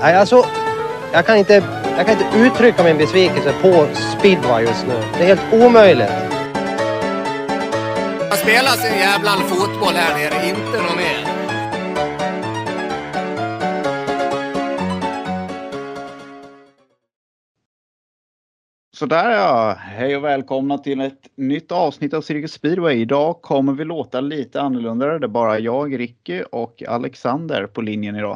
Nej, alltså, jag kan inte uttrycka min besvikelse på speedway just nu. Det är helt omöjligt. Man spelar sin jävla fotboll här nere, inte någon mer. Sådär ja, hej och välkomna till ett nytt avsnitt av Cirkus Speedway. Idag kommer vi låta lite annorlunda. Det är bara jag, Ricky och Alexander på linjen idag.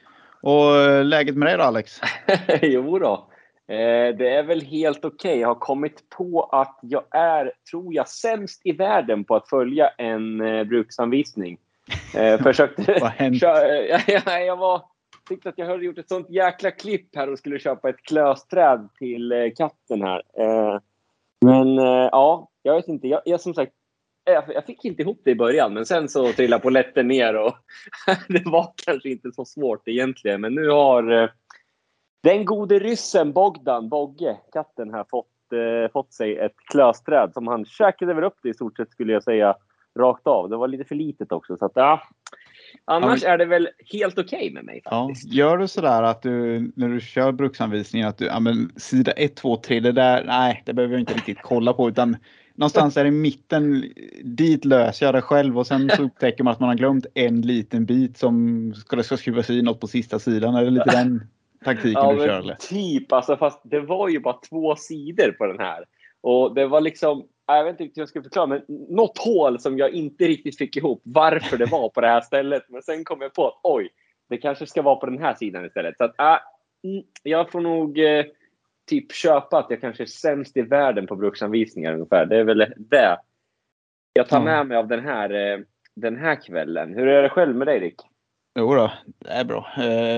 Och läget med dig då, Alex? Jo då. Det är väl helt okej. Jag har kommit på att jag är, tror jag, sämst i världen på att följa en bruksanvisning. Försökte... Vad hänt? Tyckte att jag hade gjort ett sånt jäkla klipp här och skulle köpa ett klösträd till katten här. Men ja, jag vet inte. Jag som sagt, jag fick inte ihop det i början, men sen så trillade polletten ner och det var kanske inte så svårt egentligen. Men nu har den gode ryssen Bogge, katten här, fått sig ett klösträd som han käkade väl upp det i stort sett, skulle jag säga, rakt av. Det var lite för litet också, så att ja. Annars är det väl helt okej med mig faktiskt. Ja, gör du sådär att du, när du kör bruksanvisningen, att du, ja men sida 1, 2, 3, det där, nej, det behöver jag inte riktigt kolla på, utan någonstans är det i mitten, dit löser jag det själv, och sen så upptäcker man att man har glömt en liten bit som ska skrivas i något på sista sidan. Är det lite den taktiken du kör, eller? Typ, alltså, fast det var ju bara 2 sidor på den här. Och det var liksom, jag vet inte hur jag ska förklara, men något hål som jag inte riktigt fick ihop varför det var på det här stället. Men sen kom jag på att oj, det kanske ska vara på den här sidan istället. Så att jag får nog typ köpa att jag kanske är sämst i världen på bruksanvisningar ungefär. Det är väl det jag tar med mig av den här kvällen. Hur är det själv med dig, Rick? Jo då, det är bra.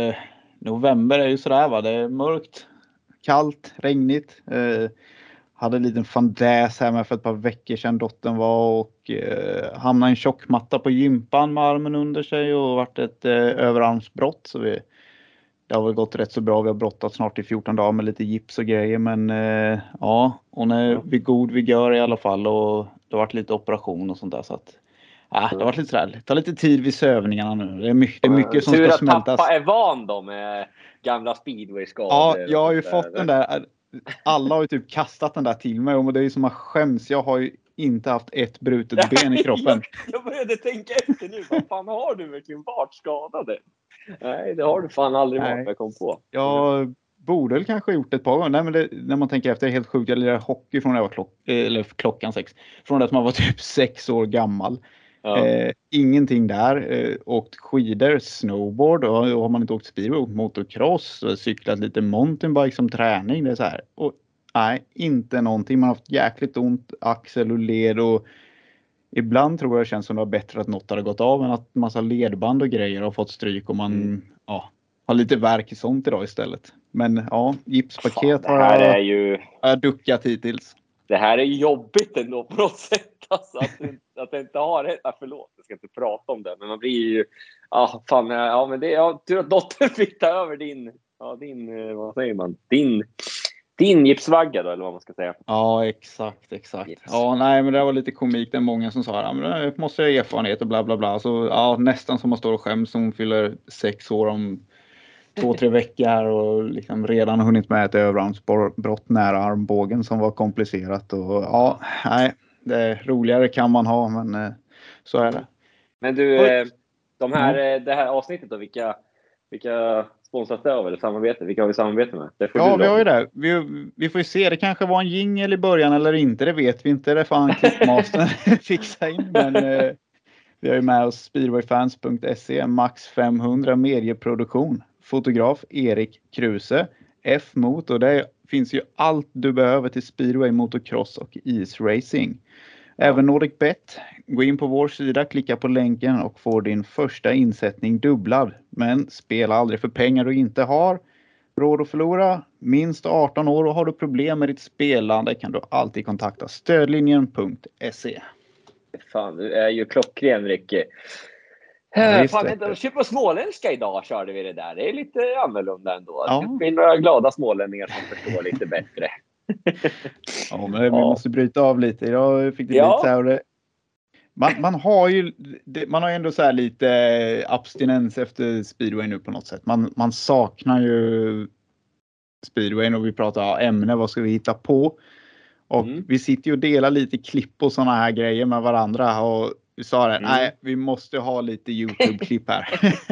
November är ju sådär, va? Det är mörkt, kallt, regnigt. Hade en liten fandäs här med för ett par veckor sedan dottern var och hamnade i en tjockmatta på gympan med armen under sig och varit ett överarmsbrott. Så det har väl gått rätt så bra. Vi har brottat snart i 14 dagar med lite gips och grejer. Men ja, hon är vid god vigör i alla fall, och det har varit lite operation och sånt där. Så att, det har varit lite sådär. Det tar lite tid vid sövningarna nu. Det är mycket som ska smältas. Tappa är van då med gamla speedway-skador. Ja, jag har ju fått den där. Alla har ju typ kastat den där till mig, och det är ju som att skäms. Jag har ju inte haft ett brutet ben i kroppen. Jag började tänka efter nu. Vad fan, har du verkligen varit skadad? Nej, det har du fan aldrig varit. Jag kom på. Jag borde väl kanske gjort ett par gånger. Nej, men när man tänker efter, det är helt sjukt. Jag lirade hockey från när jag var klockan 6. Från att man var typ 6 år gammal. Ja. Ingenting där. Åkt skidor, snowboard, och har man inte åkt speedway, motocross, cyklat lite mountainbike som träning. Det är så här. Och nej, inte någonting. Man har haft jäkligt ont axel och led, och ibland tror jag det känns som det var bättre att något hade gått av än att massa ledband och grejer har fått stryk, och man har lite värk i sånt idag istället. Men ja, gipspaket har jag duckat hittills. Det här är jobbigt ändå på något sätt. Alltså, att jag inte har det. Förlåt, jag ska inte prata om det. Men man blir ju... men det är tur att dottern fick ta över din... vad säger man? Din gipsvagga då, eller vad man ska säga. Ja, exakt. Yes. Ja, nej, men det var lite komik. Det är många som sa, men det måste jag ha erfarenhet och bla bla bla. Så ja, nästan som man står och skäms som fyller 6 år om 2-3 veckor och liksom redan hunnit med ett överarmsbrott nära armbågen som var komplicerat. Och ja, nej, det roligare kan man ha, men så är det. Men du, det här avsnittet då, vilka sponsras det av eller samarbete? Vilka har vi samarbete med? Vi har ju det. Vi får ju se, det kanske var en jingle i början eller inte, det vet vi inte. Det får han klippmastern fixa in, men vi har ju med oss speedwayfans.se, max 500 medieproduktion. Fotograf Erik Kruse, F-mot, och det finns ju allt du behöver till speedway, motocross och isracing. Även Nordic Bet. Gå in på vår sida, klicka på länken och få din första insättning dubblad. Men spela aldrig för pengar du inte har råd att förlora. Minst 18 år, och har du problem med ditt spelande kan du alltid kontakta stödlinjen.se. Fan, du är ju klockren, Ricky. Fan, köpa småländska idag körde vi det där. Det är lite annorlunda ändå. Det blir några glada smålänningar som förstår lite bättre. Ja, men vi måste bryta av lite. Idag fick det lite så här. Man har ju ändå så här lite abstinens efter speedway nu på något sätt. Man saknar ju speedway och vi pratar ämne, vad ska vi hitta på? Och vi sitter ju och delar lite klipp och såna här grejer med varandra och vi sa det, nej, vi måste ha lite YouTube-klipp här.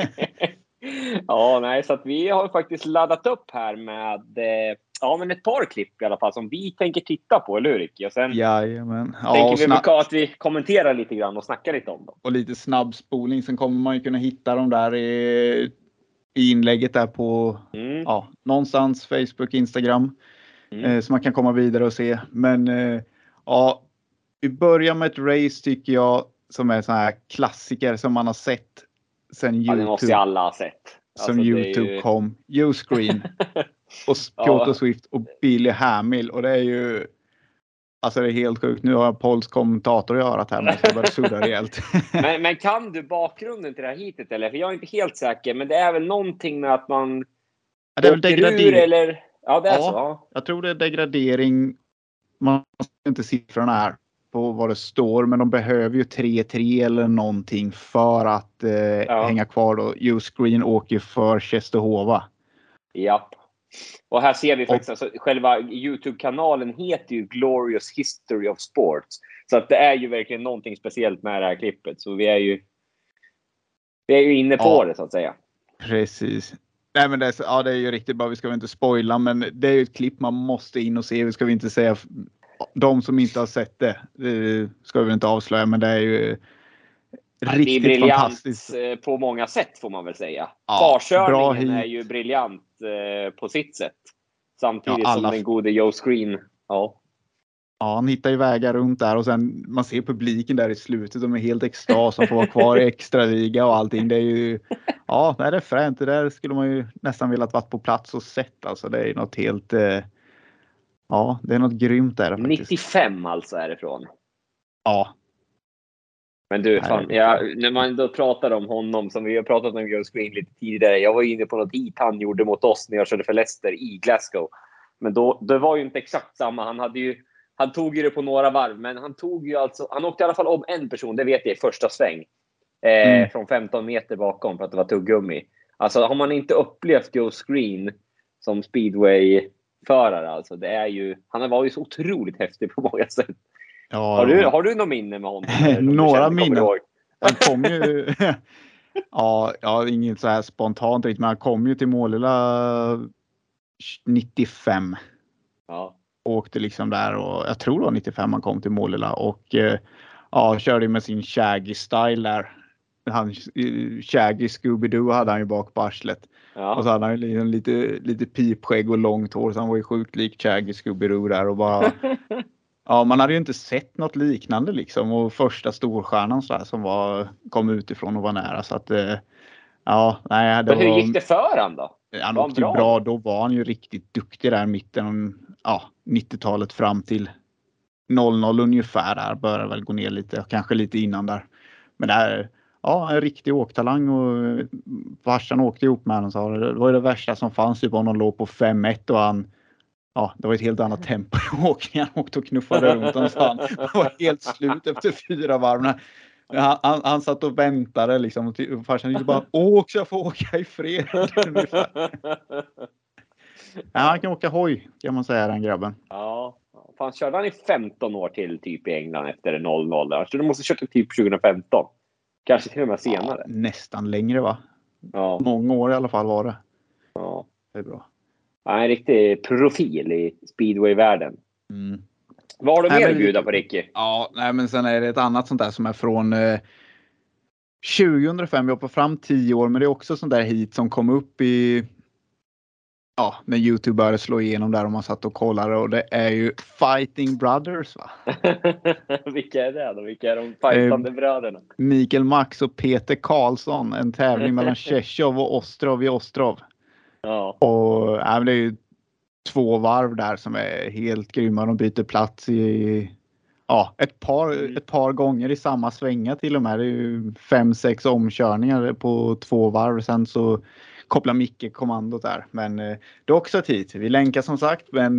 Ja, nej, så att vi har faktiskt laddat upp här med men ett par klipp i alla fall som vi tänker titta på, eller hur Ricky? Och sen tänker vi att vi kommenterar lite grann och snackar lite om dem. Och lite snabbspolning, sen kommer man ju kunna hitta dem där i inlägget där på någonstans Facebook, Instagram. Så man kan komma vidare och se. Men vi börjar med ett race tycker jag som är sån här klassiker som man har sett sen YouTube. Det måste ju alla ha sett. Som YouTube kom. U-Screen och Piotr Swift och Billy Hamill. Och det är ju alltså det är helt sjukt. Nu har jag polsk kommentator i örat här. Men jag ska bara surra rejält. men kan du bakgrunden till det här hitet eller? För jag är inte helt säker. Men det är väl någonting med att man det är väl degradering. Eller? Ja, det är så. Ja. Jag tror det är degradering. Man ser inte siffrorna här på vad det står. Men de behöver ju 3-3 eller någonting för att hänga kvar då. U-Screen åker för Czestochowa. Ja. Och här ser vi faktiskt, alltså, själva YouTube-kanalen heter ju Glorious History of Sports. Så att det är ju verkligen någonting speciellt med det här klippet. Så vi är ju inne på det så att säga. Precis. Nej men det är ju riktigt bra, vi ska väl inte spoila, men det är ju ett klipp man måste in och se. Vi ska vi inte säga, de som inte har sett det ska vi väl inte avslöja, men det är ju riktigt det är briljant fantastiskt. På många sätt får man väl säga. Ja, Farkörningen är ju briljant på sitt sätt. Samtidigt som den gode Joe Screen. Ja, han hittar ju vägar runt där och sen man ser publiken där i slutet. De är helt extas som får vara kvar i extraliga och allting. Det är ju, det är fränt. Det där skulle man ju nästan vilja varit på plats och sett. Alltså det är något helt, det är något grymt där faktiskt. 95 alltså är det från. Ja. Men du, när man då pratar om honom som vi har pratat om Joe Screen lite tidigare. Jag var inne på något hit han gjorde mot oss när jag körde för Leicester i Glasgow. Men det var ju inte exakt samma. Han tog ju det på några varv, men han åkte i alla fall om en person, det vet jag, i första sväng. Från 15 meter bakom för att det var tuggummi. Alltså har man inte upplevt Joe Screen som speedway-förare, alltså det är ju, han var ju så otroligt häftig på många sätt. Ja, har du något minne med honom? Några minnen. Han kom ju inget så här spontant riktigt, men han kom ju till Målilla 95. Ja. Åkte liksom där och jag tror det var 95 han kom till Målilla och körde med sin Shaggy style där. Han Shaggy Scooby-Doo hade han ju bak på arslet. Ja. Och så hade han ju lite pipskägg och långt hår, så han var ju sjukt lik Shaggy Scooby-Doo där och bara man hade ju inte sett något liknande liksom, och första storstjärnan så här, som kom utifrån och var nära, så att hur gick det för han då? Han åkte ju bra, då var han ju riktigt duktig där mitten 90-talet fram till 00 ungefär där, började väl gå ner lite, kanske lite innan där. Men det är en riktig åktalang, och farsan åkte ihop med honom, så det var det värsta som fanns typ om de låg på 5-1 och han det var ett helt annat tempo i åkningen. Han åkte och knuffade runt honom, så han var helt slut efter 4 varv. Han satt och väntade liksom, och farsan gick bara, åk så jag får åka i fred. Han kan åka hoj, kan man säga, den grabben. Ja, fan, körde han i 15 år till typ i England efter 00. Så du måste köra typ 2015. Kanske till och med senare. Nästan längre, va? Ja. Många år i alla fall var det. Ja. Det är bra. Han är en riktig profil i speedway-världen. Vad har du mer att bjuda på, Ricky? Ja, men sen är det ett annat sånt där som är från 2005. Vi hoppar fram 10 år, men det är också sånt där hit som kom upp i när YouTube började slå igenom där och man satt och kollade, och det är ju Fighting Brothers, va? Vilka är det då? Vilka är de fightande bröderna? Mikael Max och Peter Karlsson, en tävling mellan Tjechov och Ostrov i Ostrov. Ja. Och det är ju 2 varv där som är helt grymma. De byter plats i ett par gånger i samma svänga till och med. Det är ju 5-6 omkörningar på 2 varv. Sen så koppla Micke-kommandot där. Men det är också hit. Vi länkar som sagt, men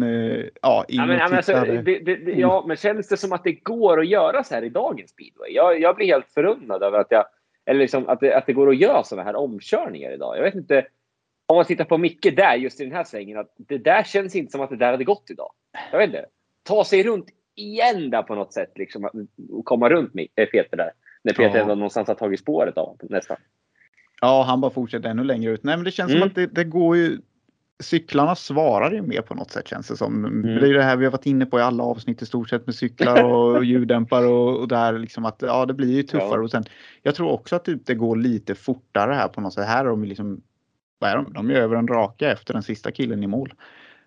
men känns det som att det går att göra så här i dagens speedway? Jag blir helt förundrad över att det går att göra såna här omkörningar idag. Jag vet inte, om man tittar på Micke där, just i den här svängen, att det där känns inte som att det där hade gått idag. Jag vet inte. Ta sig runt igen där på något sätt, liksom, och komma runt Peter där. När Peter ändå någonstans har tagit spåret av nästan. Ja, han bara fortsätter ännu längre ut. Nej, men det känns som att det går ju... Cyklarna svarar ju mer på något sätt, känns det som. Det är det här vi har varit inne på i alla avsnitt i stort sett med cyklar och ljuddämpare och där liksom att det blir ju tuffare. Ja. Och sen, jag tror också att det går lite fortare här på något sätt. Här är de liksom, vad är de? De är över en raka efter den sista killen i mål.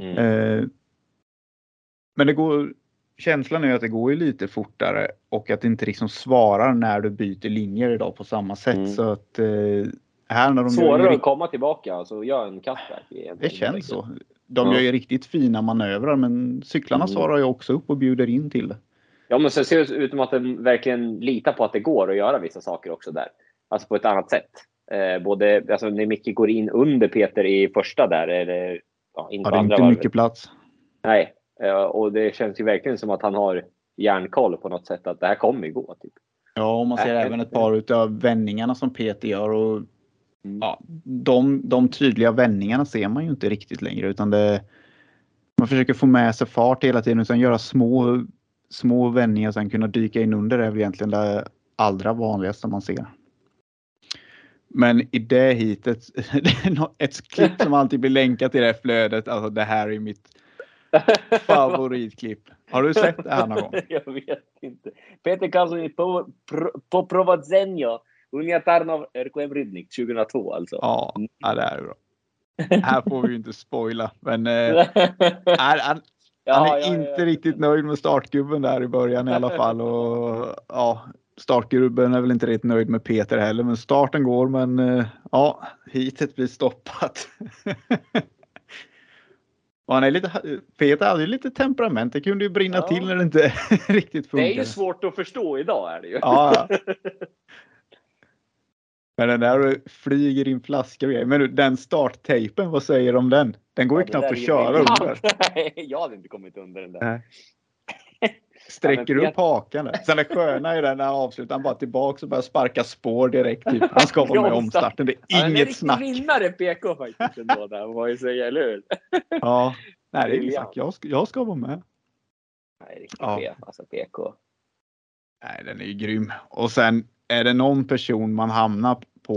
Men det går... Känslan är att det går ju lite fortare och att det inte liksom svarar när du byter linjer idag på samma sätt. Så att här när de svårare att komma tillbaka, alltså gör en cutback. Det känns så. De gör ju riktigt fina manövrar, men cyklarna svarar ju också upp och bjuder in till det. Ja, men så ser det ut som att de verkligen litar på att det går att göra vissa saker också där. Alltså på ett annat sätt. Alltså när Micke går in under Peter i första där, eller inte andra inte mycket plats. Nej. Och det känns ju verkligen som att han har järnkoll på något sätt, att det här kommer ju gå typ. Ja, och man ser även ett par utav vändningarna som Peter gör och de tydliga vändningarna ser man ju inte riktigt längre, utan man försöker få med sig fart hela tiden och sen göra små vändningar och sen kunna dyka in under, är väl egentligen det allra vanligaste man ser. Men i det hitet ett klipp som alltid blir länkat i det här flödet, alltså det här är mitt favoritklipp. Har du sett det här någon gång? Jag vet inte. Peter Karlsson på Provazenio. Unia Tarnov RKM Rydnik 2002 alltså. Ja, det är bra. Här får vi ju inte spoila. Men han är inte riktigt nöjd med startgubben där i början i alla fall. Och startgubben är väl inte riktigt nöjd med Peter heller. Men starten går, men hitet blir stoppat. Och han är Peter hade ju lite temperament. Det kunde ju brinna till när det inte riktigt funkar. Det är ju svårt att förstå idag, är det ju. Ja. Men den där flyger in flaskor. Men den starttejpen, vad säger du om den? Den går ju knappt att köra under. Nej, jag hade inte kommit under den där. Nej. Sträcker upp hakan där. Sen är sköna i den när han avslutar. Han bara tillbaka och börjar sparka spår direkt. Typ. Han ska vara med i omstarten. Det är inget snack. Han är riktigt vinnare PK faktiskt ändå där. Vad jag säger, eller hur? Ja, nej, det är inget snack. Jag ska vara med. Nej, riktigt alltså PK. Nej, den är ju grym. Och sen är det någon person man hamnar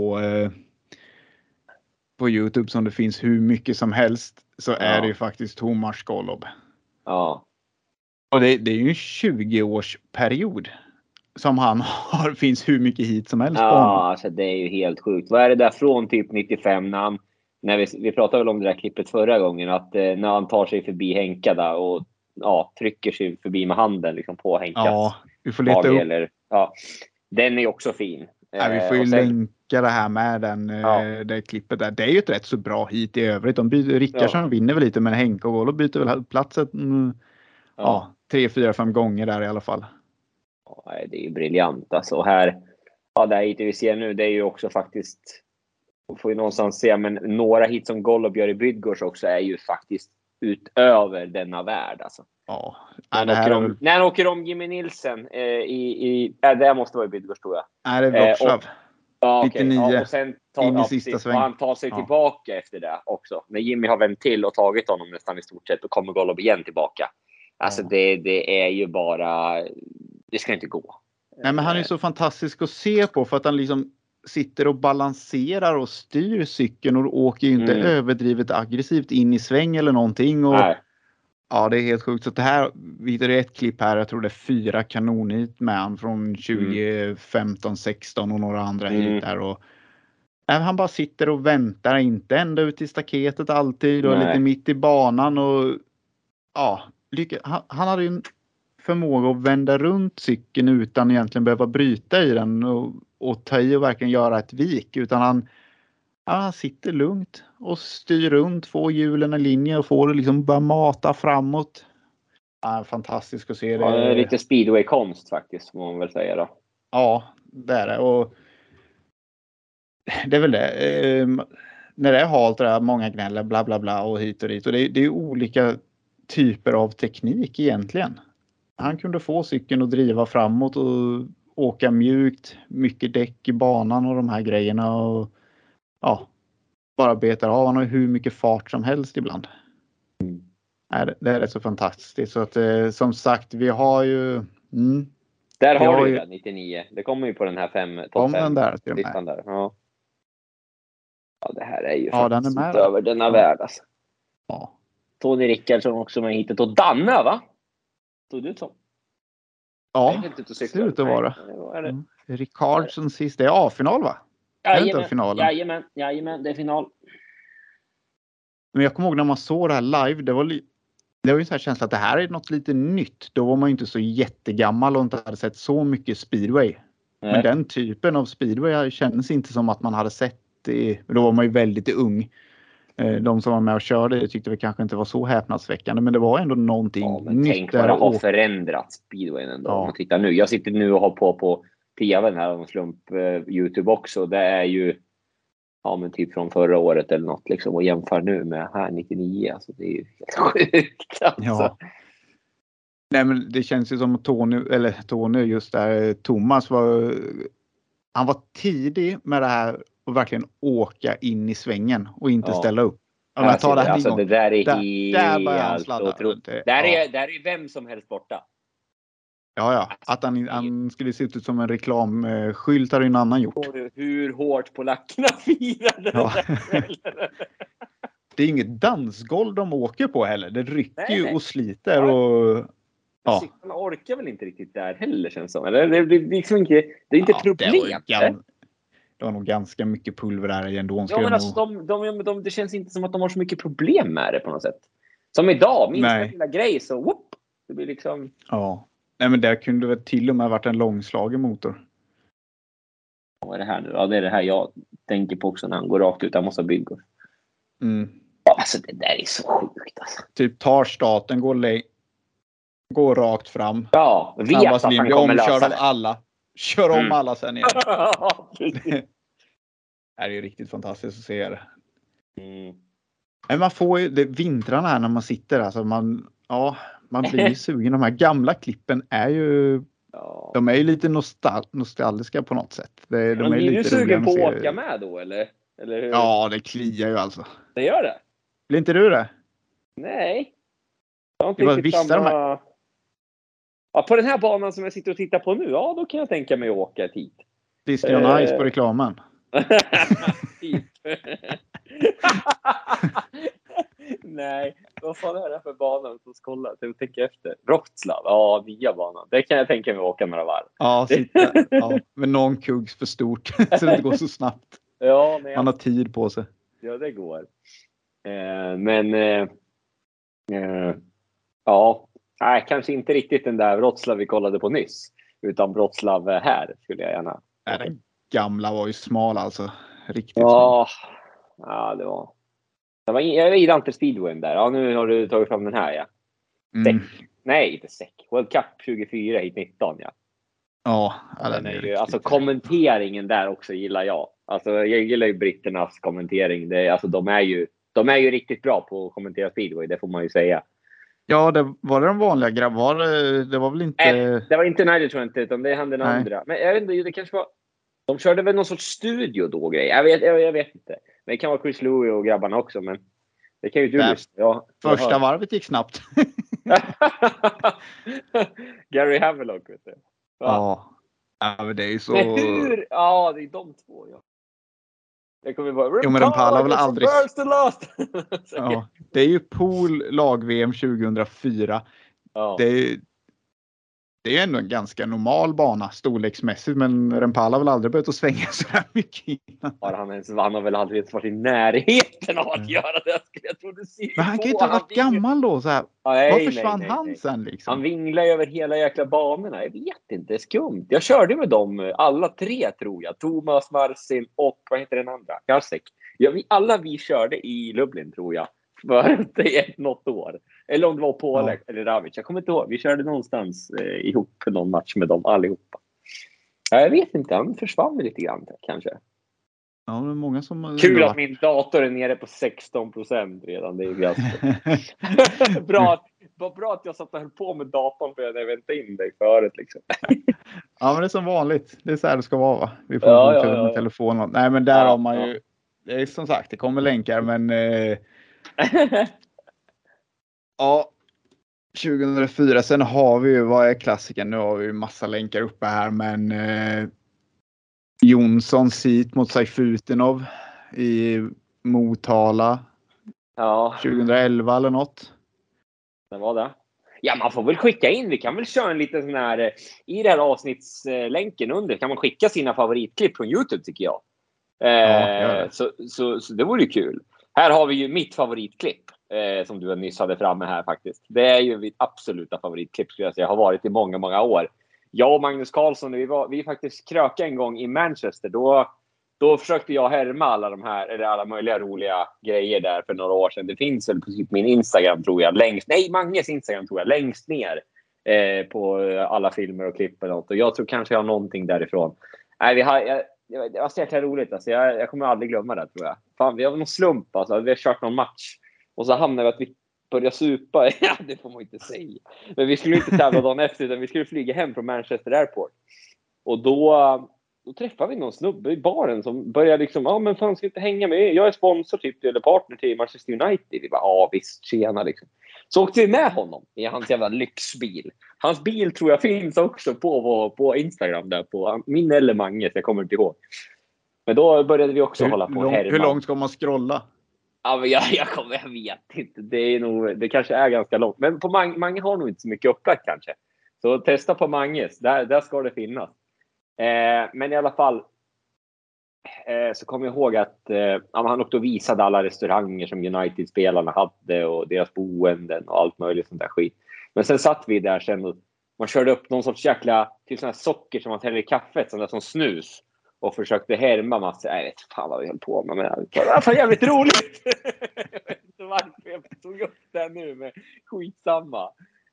på YouTube som det finns hur mycket som helst, så är det ju faktiskt Tomasz Golob. Ja. Och det är ju en 20-årsperiod som han har, finns hur mycket hit som helst på honom. Ja, alltså det är ju helt sjukt. Vad är det där från typ 95 när vi pratade väl om det där klippet förra gången, att när han tar sig förbi Henka där och trycker sig förbi med handen liksom på Henkas. Ja, vi får leta upp. Den är också fin. Ja, vi får ju länka det här med det klippet där. Det är ju ett rätt så bra hit i övrigt. Rickardsson vinner väl lite, men Henka och Golob byter väl platsen 3, 4, 5 gånger där i alla fall. Ja, det är ju briljant alltså. Här, det här hit vi ser nu, det är ju också faktiskt, får ju någonstans se, men några hit som Golob gör i Bydgoszcz också är ju faktiskt utöver denna värld alltså. Ja. När han åker om Jimmy Nilsen det måste vara i Bydgoszcz, tror jag. Nej, det är Wrocław. 99. Och sen in i sista sväng. Och han tar sig tillbaka efter det också. När Jimmy har vänt till och tagit honom nästan i stort sett, och kommer Golob igen tillbaka. Alltså det är ju bara, det ska inte gå. Nej, men han är så fantastisk att se på, för att han liksom sitter och balanserar och styr cykeln och åker ju inte överdrivet aggressivt in i sväng eller någonting. Och ja, det är helt sjukt. Så det här, vi hittade ett klipp här, jag tror det är 4 kanonhit med han från 2015, 16 och några andra hit där. Och han bara sitter och väntar, inte ända ut i staketet alltid och lite mitt i banan. Och han hade ju en förmåga att vända runt cykeln utan egentligen behöva bryta i den och ta i och verkligen göra ett vik, utan han sitter lugnt och styr runt, får hjulen i linje och får det liksom börja mata framåt. Fantastiskt att se det. Ja, det är lite speedway-konst faktiskt, får man väl säga då. Ja, det är det. Och det är väl det. när det är halt och det är många gnäller bla bla bla och hit och dit. Och det är olika typer av teknik egentligen. Han kunde få cykeln att driva framåt och åka mjukt, mycket däck i banan och de här grejerna och ja, bara betar av. Han har hur mycket fart som helst ibland. Det är rätt så fantastiskt. Så att som sagt, vi har ju... Där har du ju 99. Det kommer ju på den här topp 5 listan där. Ja. Ja, det här är ju faktiskt över denna värld alltså. Ja. Tony Rickardsson också med hittet. Och Danne, va? Stod du ut som? Ja, det ser ut att vara. Rickardsson sist. Det är A-final, va? Jajamän, det är final. Men jag kommer ihåg när man såg det här live. Det var ju en sån här känsla att det här är något lite nytt. Då var man ju inte så jättegammal och inte hade sett så mycket speedway. Nej. Men den typen av speedway kändes inte som att man hade sett det. Då var man ju väldigt ung. De som var med och körde tyckte vi kanske inte var så häpnadsväckande. Men det var ändå någonting nytt. Tänk vad det har förändrats speedwayen ändå. Ja. Om man tittar nu. Jag sitter nu och har på tvn här om slump YouTube också. Det är ju men typ från förra året eller något liksom. Och jämför nu med här 99. Alltså det är ju helt sjukt alltså. Ja. Nej, men det känns ju som Tony just där. Thomas han var tidig med det här och verkligen åka in i svängen och inte ställa upp. Alltså, det där är där är vem som helst borta. Ja. Att han skulle se ut som en reklamskylt har en annan gjort. Hur hårt polackerna firade det. Det är inget dansgolv de åker på heller. Det rycker ju och sliter och... Ja. Cyklarna orkar väl inte riktigt där heller, känns som. Eller det är liksom inte, det är inte problem. Det var nog ganska mycket pulver där igen då. Ja, men alltså, det känns inte som att de har så mycket problem med det på något sätt. Som idag, minsta lilla grej så whoop, det blir liksom... Ja, nej men det kunde väl till och med varit en långslagen motor. Vad är det här nu? Ja, det är det här jag tänker på också när han går rakt ut. Han måste ha bygg. Alltså det där är så sjukt alltså. Typ tar starten, går rakt fram. Ja, vet att han kommer lösa det. Alla. Kör om alla sen igen. Det är ju riktigt fantastiskt att se det. Men man får ju vintrarna här när man sitter. Alltså man blir ju sugen. De här gamla klippen är ju... De är ju lite nostalgiska på något sätt. De är lite du sugen på att åka med då, eller hur? Ja, det kliar ju alltså. Det gör det? Blir inte du det? Nej. Jag har inte riktigt samma... Ja, på den här banan som jag sitter och tittar på nu, då kan jag tänka mig att åka hit. Disney on Ice på reklamen. Typ. Nej, vad fan är det för banan som ska kolla? Jag tänker efter. Wroclaw, nya banan. Det kan jag tänka mig att åka några varv. Ja, men någon kuggs för stort så det inte går så snabbt. Ja, man har tid på sig. Ja, det går. Nej, kanske inte riktigt den där Wroclaw vi kollade på nyss. Utan Wroclaw här skulle jag gärna. Nej, den gamla var ju smal alltså. Riktigt smal. Ja, det var... Jag gillar inte speedwayen där. Ja, nu har du tagit fram den här, ja. Nej, inte säck. World Cup 24 hit 19, ja. Ja, den är ju, alltså kommenteringen där också gillar jag. Alltså jag gillar ju britternas kommentering. De är ju riktigt bra på att kommentera speedway, det får man ju säga. Ja, var det de vanliga grabbar? Det var väl inte... det var inte Nigel, tror jag inte, utan det är han den andra. Men jag vet inte, det kanske var... De körde väl någon sorts studio då, grej. Jag vet inte. Men det kan vara Chris Louie och grabbarna också, men det kan ju du lyssna. Ja, första varvet gick snabbt. Gary Havelock, vet du. Ja, men det är ju så... Men hur? Ja, det är de två, ja. Det kommer vara... Jo, men Rempala väl aldrig... Ja, det är ju pool lag-VM 2004. Ja. Det är ändå en ganska normal bana storleksmässigt, men Rempala har väl aldrig börjat att svänga så här mycket innan. Han har väl aldrig varit i närheten av att göra det. Jag tror det ser men han kan ju inte ha varit gammal då. Så här. Var försvann han sen liksom? Han vinglar över hela jäkla banorna. Jag vet inte, det är skumt. Jag körde med dem, alla tre tror jag. Thomas, Marcin och vad heter den andra? Karsek. Ja, alla vi körde i Lublin tror jag. För något år. Eller om det var Paul eller Ravic. Jag kommer inte ihåg. Vi körde någonstans ihop någon match med dem allihopa. Jag vet inte. Han försvann lite grann kanske. Ja, men många som... Kul att min dator är nere på 16% redan. Det är ganska bra att jag satt och höll på med datorn för jag väntade in dig förut. Liksom. Ja, men det är som vanligt. Det är så här det ska vara, va? Vi får fortsätta med telefonen. Nej, men där har man ju... Det är som sagt, det kommer länkar, men... Ja, 2004. Sen har vi ju, vad är klassiken? Nu har vi ju massa länkar uppe här, men... Jonssons hit mot Saifutinov i Motala 2011 eller något. Det var det. Ja, man får väl skicka in. Vi kan väl köra en liten sån här i den här avsnittslänken under kan man skicka sina favoritklipp från YouTube tycker jag. Så det vore ju kul. Här har vi ju mitt favoritklipp som du nyss hade framme här faktiskt. Det är ju mitt absoluta favoritklipp skulle jag säga. Jag har varit i många år. Jag och Magnus Karlsson, vi faktiskt kröka en gång i Manchester. Då försökte jag härma alla möjliga roliga grejer där för några år sedan. Det finns väl på min Instagram tror jag. Manges Instagram tror jag. Längst ner på alla filmer och klipp och något. Och jag tror kanske jag har någonting därifrån. Nej, det var så jäkla roligt. Alltså. Jag kommer aldrig glömma det tror jag. Fan, vi har någon slump. Alltså. Vi har kört någon match. Och så hamnade vi att vi börja supa. Ja, det får man inte säga. Men vi skulle inte tävla dagen efter utan vi skulle flyga hem från Manchester Airport. Och då träffade vi någon snubbe i baren som började liksom, men fan ska inte hänga med. Jag är sponsor typ eller partner till Manchester United. Vi bara, visst, tjena liksom. Så åkte vi med honom i hans jävla lyxbil. Hans bil tror jag finns också på Instagram där på min eller Manges, jag kommer inte ihåg. Men då började vi också hålla på här. Hur långt ska man scrolla? Ja, men jag vet inte. Det kanske är ganska långt. Men på Mange har nog inte så mycket öppet kanske. Så testa på Manges. Där ska det finnas. Men i alla fall så kommer jag ihåg att han åkte och visade alla restauranger som United-spelarna hade och deras boenden och allt möjligt sånt där skit. Men sen satt vi där sen och man körde upp någon sorts jäkla typ sån här socker som man häller i kaffet, sån där som snus. Och försökte härma massa. Jag vet fan vad vi höll på med. Men det var fan jävligt roligt. Jag vet inte varför jag tog upp det nu. Men skitsamma.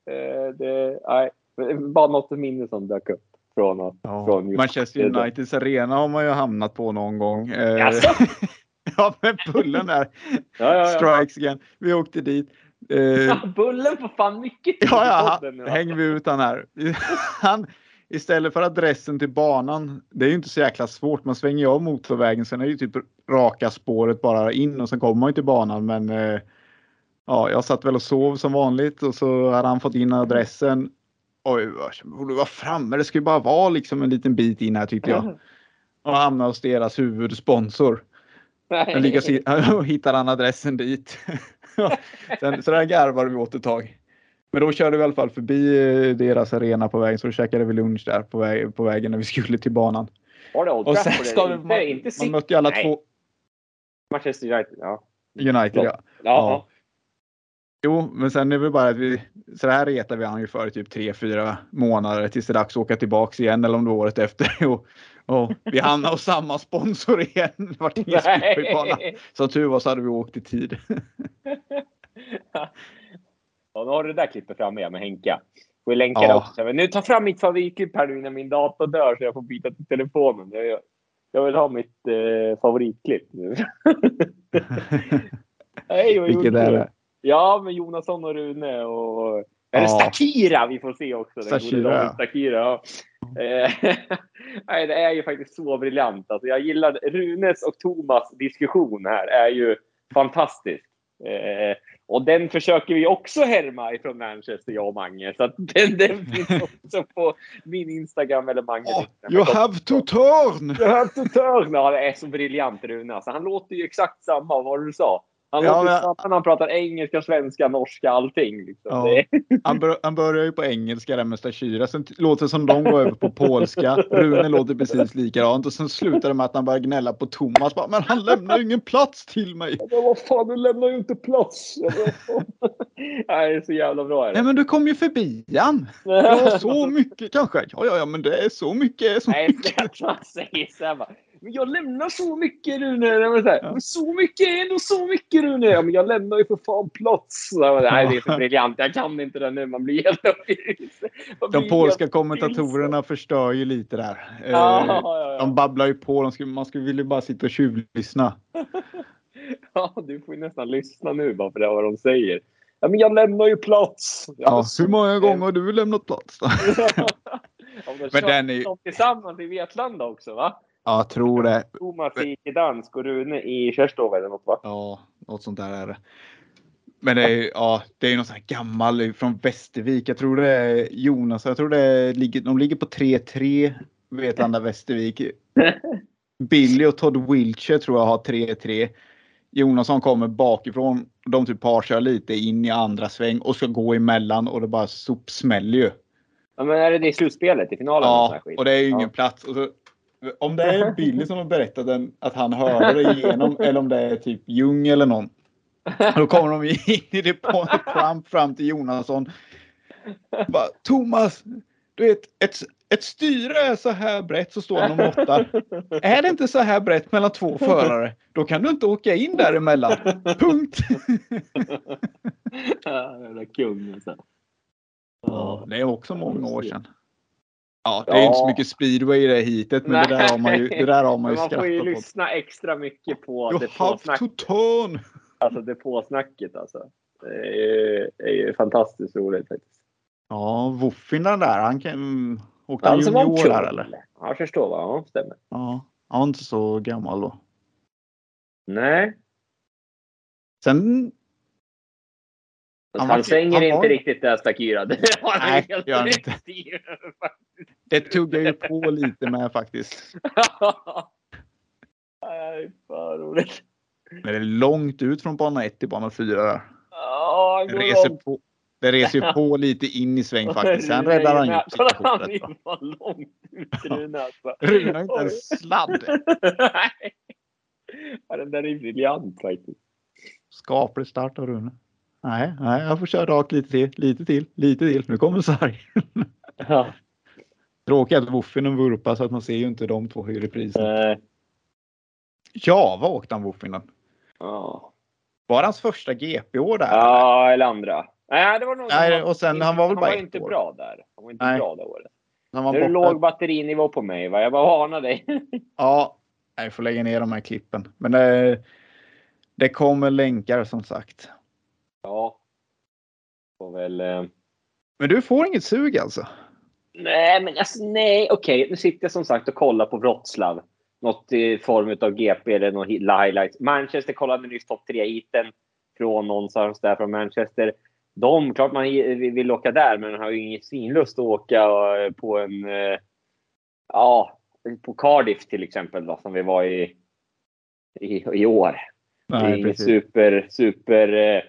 Bara något minne som dök upp. Från Manchester Uniteds arena har man ju hamnat på någon gång. Ja, men Bullen där. Strikes again. Vi åkte dit. Bullen får fan mycket tid. Hänger vi ut han här. Istället för adressen till banan, det är ju inte så jäkla svårt. Man svänger av motorvägen, sen är det ju typ raka spåret bara in och sen kommer man ju till banan. Men jag satt väl och sov som vanligt och så hade han fått in adressen. Oj, borde vara framme. Det skulle bara vara liksom en liten bit in här tyckte jag. Och hamnade hos deras huvudsponsor. Men hittade han adressen dit. Så där garvade vi åt ett tag. Men då körde vi i alla fall förbi deras arena på vägen. Så då käkade vi lunch där på vägen när vi skulle till banan. Och sen ska man mötte ju alla två. Manchester United, ja. United, ja. Jo, men sen är det bara att så här retar vi han ju för typ 3-4 månader tills det är dags att åka tillbaka igen eller om det var året efter. Och vi hamnar hos samma sponsor igen. Det var ingen spel på banan. Så tur var så hade vi åkt i tid. Ja, nu har du det där klippet fram med Henka. Får vi länka det också. Men nu tar fram mitt favoritklipp här nu när min dator dör så jag får byta till telefonen. Jag vill ha mitt favoritklipp nu. Vilket är det? Ja, med Jonasson och Rune och... Eller Stakira vi får se också. Stakira, ja. Nej, det är ju faktiskt så briljant. Alltså, jag gillar Runes och Thomas diskussion här. Är ju fantastisk. Och den försöker vi också härma ifrån Manchester, jag och Mange. Så att den finns också på min Instagram eller Manges Instagram. You have to turn! You have to turn! Ja, det är så briljant Rune. Alltså, han låter ju exakt samma vad du sa. Han låter samma när han pratar engelska, svenska, norska, allting. Liksom. Ja. Han börjar ju på engelska där med Stakira. Sen låter det som de går över på polska. Rune låter precis likadant. Och sen slutar det med att han börjar gnälla på Thomas. Men han lämnar ju ingen plats till mig. Men vad fan, du lämnar ju inte plats. Nej, det är så jävla bra. Nej, men du kom ju förbi han. Ja, så mycket kanske. Ja, men det är så mycket. Nej, jag säger så här. Men jag lämnar så mycket, Rune. Men så mycket är ändå så mycket, Rune. Ja, men jag lämnar ju för fan plats. Nej, det är så briljant. Jag kan inte det nu. Man blir helt De polska kommentatorerna förstör ju lite där. De babblar ju på. Man skulle vilja bara sitta och tjuvlyssna. Ja, du får ju nästan lyssna nu bara för det vad de säger. Ja, men jag lämnar ju plats. Ja, hur många gånger har du lämnat plats då? Men den är ju tillsammans i Vetlanda också, va? Ja, jag tror det. Thomas i Dansk och Rune i Kärstov eller något, va? Ja, något sånt där är det. Men det är någon sån här gammal från Västervik. Jag tror det är Jonas. Jag tror de ligger på 3-3 Vetlanda Västervik. Billy och Todd Wiltshire tror jag har 3-3. Jonasson kommer bakifrån. De typ kör lite in i andra sväng och ska gå emellan och det bara sopsmäller ju. Ja, men är det i slutspelet i finalen? Ja, och det är ju ingen plats. Och så, om det är Billy som har berättat att han hörde det igenom eller om det är typ Jung eller någon. Då kommer de in i det fram till Jonasson. Bara, Thomas, du vet, ett styre är så här brett så står han och måttar. Är det inte så här brett mellan två förare, då kan du inte åka in däremellan. Punkt. Ja, det är kung alltså. Ja, det är också många år sedan. Ja, det är inte så mycket speedway i det hitet, men det där har man ju skrattat åt. Man får ju lyssna extra mycket på det påsnacket. Alltså det påsnacket alltså. Det är ju fantastiskt roligt faktiskt. Ja, Woffin där, han kan åka junior där eller? Ja, jag förstår vad han stämmer. Ja, han var inte så gammal då. Nej. Sen han svänger inte riktigt där Stakira. Nej, gör han inte. Det tuggar ju på lite med faktiskt. Nej, för roligt. Men det är långt ut från bana 1 till bana 4 där. Ja, det reser ju på lite in i sväng faktiskt. Sen räddar han ju situationen. Han var långt ut, Rune alltså. Rune har inte en sladd. Nej. Ja, den där är briljant faktiskt. Skaplig start av Rune. Nej, jag får köra rakt lite till. Nu kommer sarg. Ja. Tråkigt att Woffinen vurpar så att man ser ju inte de två i reprisen. Ja, vad åkte han Woffinen? Ja. Var hans första GP-år där? Ja, eller andra. Nej, det var nog. Nej, och sen han var väl bara inte bra där. Han var inte bra det året. Han var det är låg batterinivå på mig, va? Jag bara varnar dig. Ja, jag får lägga ner de här klippen. Men det kommer länkar som sagt. Ja. Får väl... Men du får inget sug alltså? Nej, men alltså nej. Okej, nu sitter jag som sagt och kollar på Wroclaw. Något i form av GP eller någon highlights. Manchester kollade nyss topp 3-heaten från någonstans där från Manchester. Klart man vill åka där, men har ju ingen svinlust att åka på en... på Cardiff till exempel då, som vi var i år. Nej, det är super...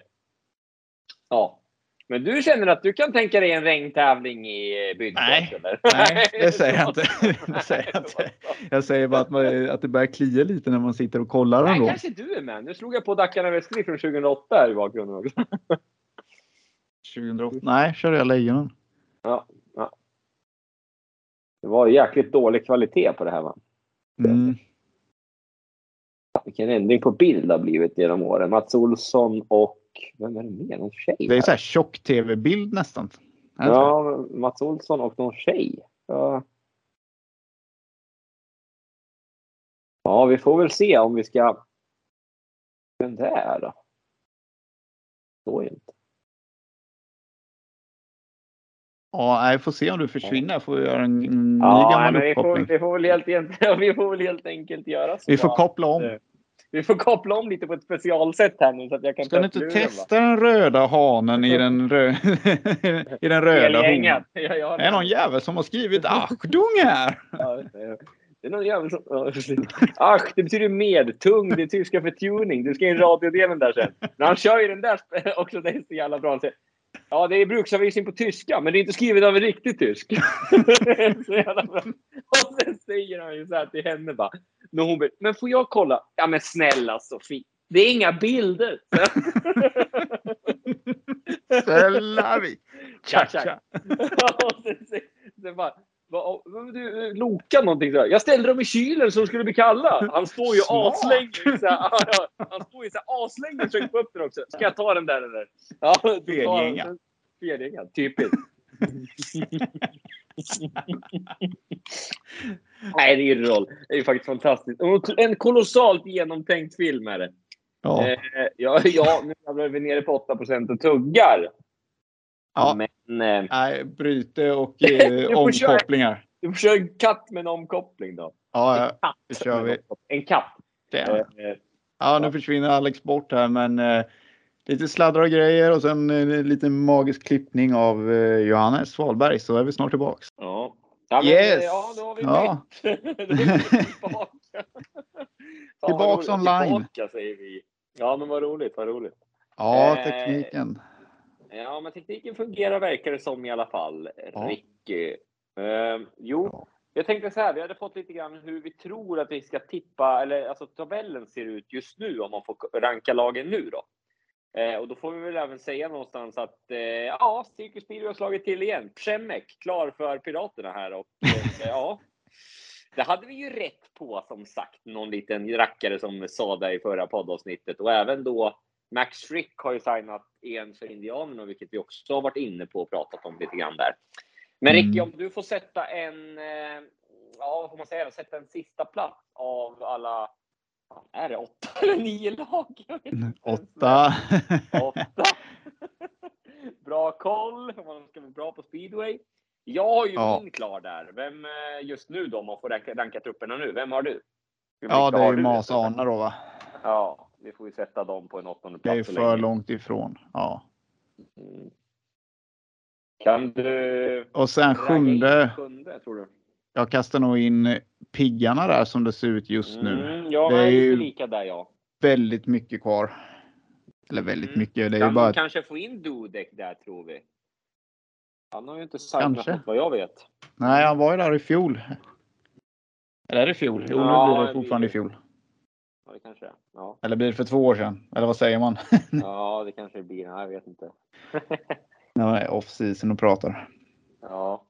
Men du känner att du kan tänka dig en regntävling i Bydgoszcz? Nej, det säger jag inte. Jag säger bara att det börjar klia lite när man sitter och kollar. Nej, kanske du är med. Nu slog jag på Dakarna Västri från 2008 här i bakgrunden också. 2008? Nej, körde jag Lejonen. Ja. Det var jäkligt dålig kvalitet på det här, va? Mm. Vilken ändring på bild har blivit genom åren. Mats Olsson och... Vem är det mer? Någon tjej? Det är så här tjock-tv-bild nästan. Ja, Mats Olsson och någon tjej. Ja, vi får väl se om vi ska... Vem det är då? Så inte. Ja, jag får se om du försvinner. Jag får göra en ny gammal uppkoppling. Vi får väl helt enkelt göra så. Vi får koppla om. Vi får koppla om lite på ett specialsätt här nu så att jag kan... Ska ni inte testa den röda hanen i den röda honan? Det är någon jävel som har skrivit Achdung här. Ja, det är någon jävel som... Ach, det betyder med. Tung, det är tyska för tuning. Du ska in radiodelen där sen. Men han kör ju den där också. Det är så jävla bra. Ja, det är bruksanvisning på tyska, men det är inte skrivet av en riktig tysk. Så jävla bra. Och sen säger han ju så här till henne bara. När hon men får jag kolla? Ja, men snälla Sofie. Det är inga bilder. Snälla vi. Tja. Och sen bara, Du Loka någonting så här. Jag ställde dem i kylen så de skulle bli kalla. Han står ju aslänge så här. Han står ju så här aslänge och försöker få upp den också. Ska jag ta den där eller? Ja, Fedgänga. Typiskt. Nej, det är ju roll. Det är ju faktiskt fantastiskt. En kolossalt genomtänkt film är det. Ja, nu är vi nere på 8% och tuggar. Ja, men nej, bryte och omkopplingar. Du får köra en katt med en omkoppling då. Ja, det kör vi. En katt. Ja, nu försvinner Alex bort här, men lite sladdar och grejer och sen lite magisk klippning av Johannes Svalberg, så är vi snart tillbaks. Ja. Men, yes! Ja, då har vi tillbaka. Tillbaks online. Tillbaka, säger vi. Ja, men vad roligt. Ja, tekniken. Ja, men tekniken fungerar, verkar det som i alla fall. Ja. Ricky. Jag tänkte så här, vi hade fått lite grann hur vi tror att vi ska tippa, eller alltså tabellen ser ut just nu om man får ranka lagen nu då. Och då får vi väl även säga någonstans att Cirkus Speedway har slagit till igen. Przemek klar för Piraterna här och ja. Det hade vi ju rätt på, som sagt, någon liten rackare som sa det i förra poddavsnittet, och även då Max Frick har ju signat en för Indianerna, vilket vi också har varit inne på och pratat om lite grann där. Men Ricky, om du får sätta vad får man säga, sätta en sista plats av alla, är det 8 eller 9 lag? 8. Bra koll, om man ska vara bra på speedway. Jag har ju min klar där. Vem just nu då, om man får ranka trupperna nu? Vem har du? Ja, det är ju Masarna då, va? Ja, vi får ju sätta dem på en 8:e plats. Det är för långt ifrån, ja. Kan du... Och sen sjunde, tror du? Jag kastar nog in Piggarna där som det ser ut just nu. Ja, det är ju lika där, ja. Väldigt mycket kvar. Eller väldigt mycket. Det är kan ju bara... man kanske få in Dudek där, tror vi? Han har ju inte sagt något, vad jag vet. Nej, han var ju där i fjol. Eller är det fjol? Jo, nu blir det fortfarande i fjol. Ja, det kanske är. Ja. Eller blir det för 2 år sedan? Eller vad säger man? Ja, det kanske det blir. Nej, jag vet inte. Nej, off-season och pratar. Ja.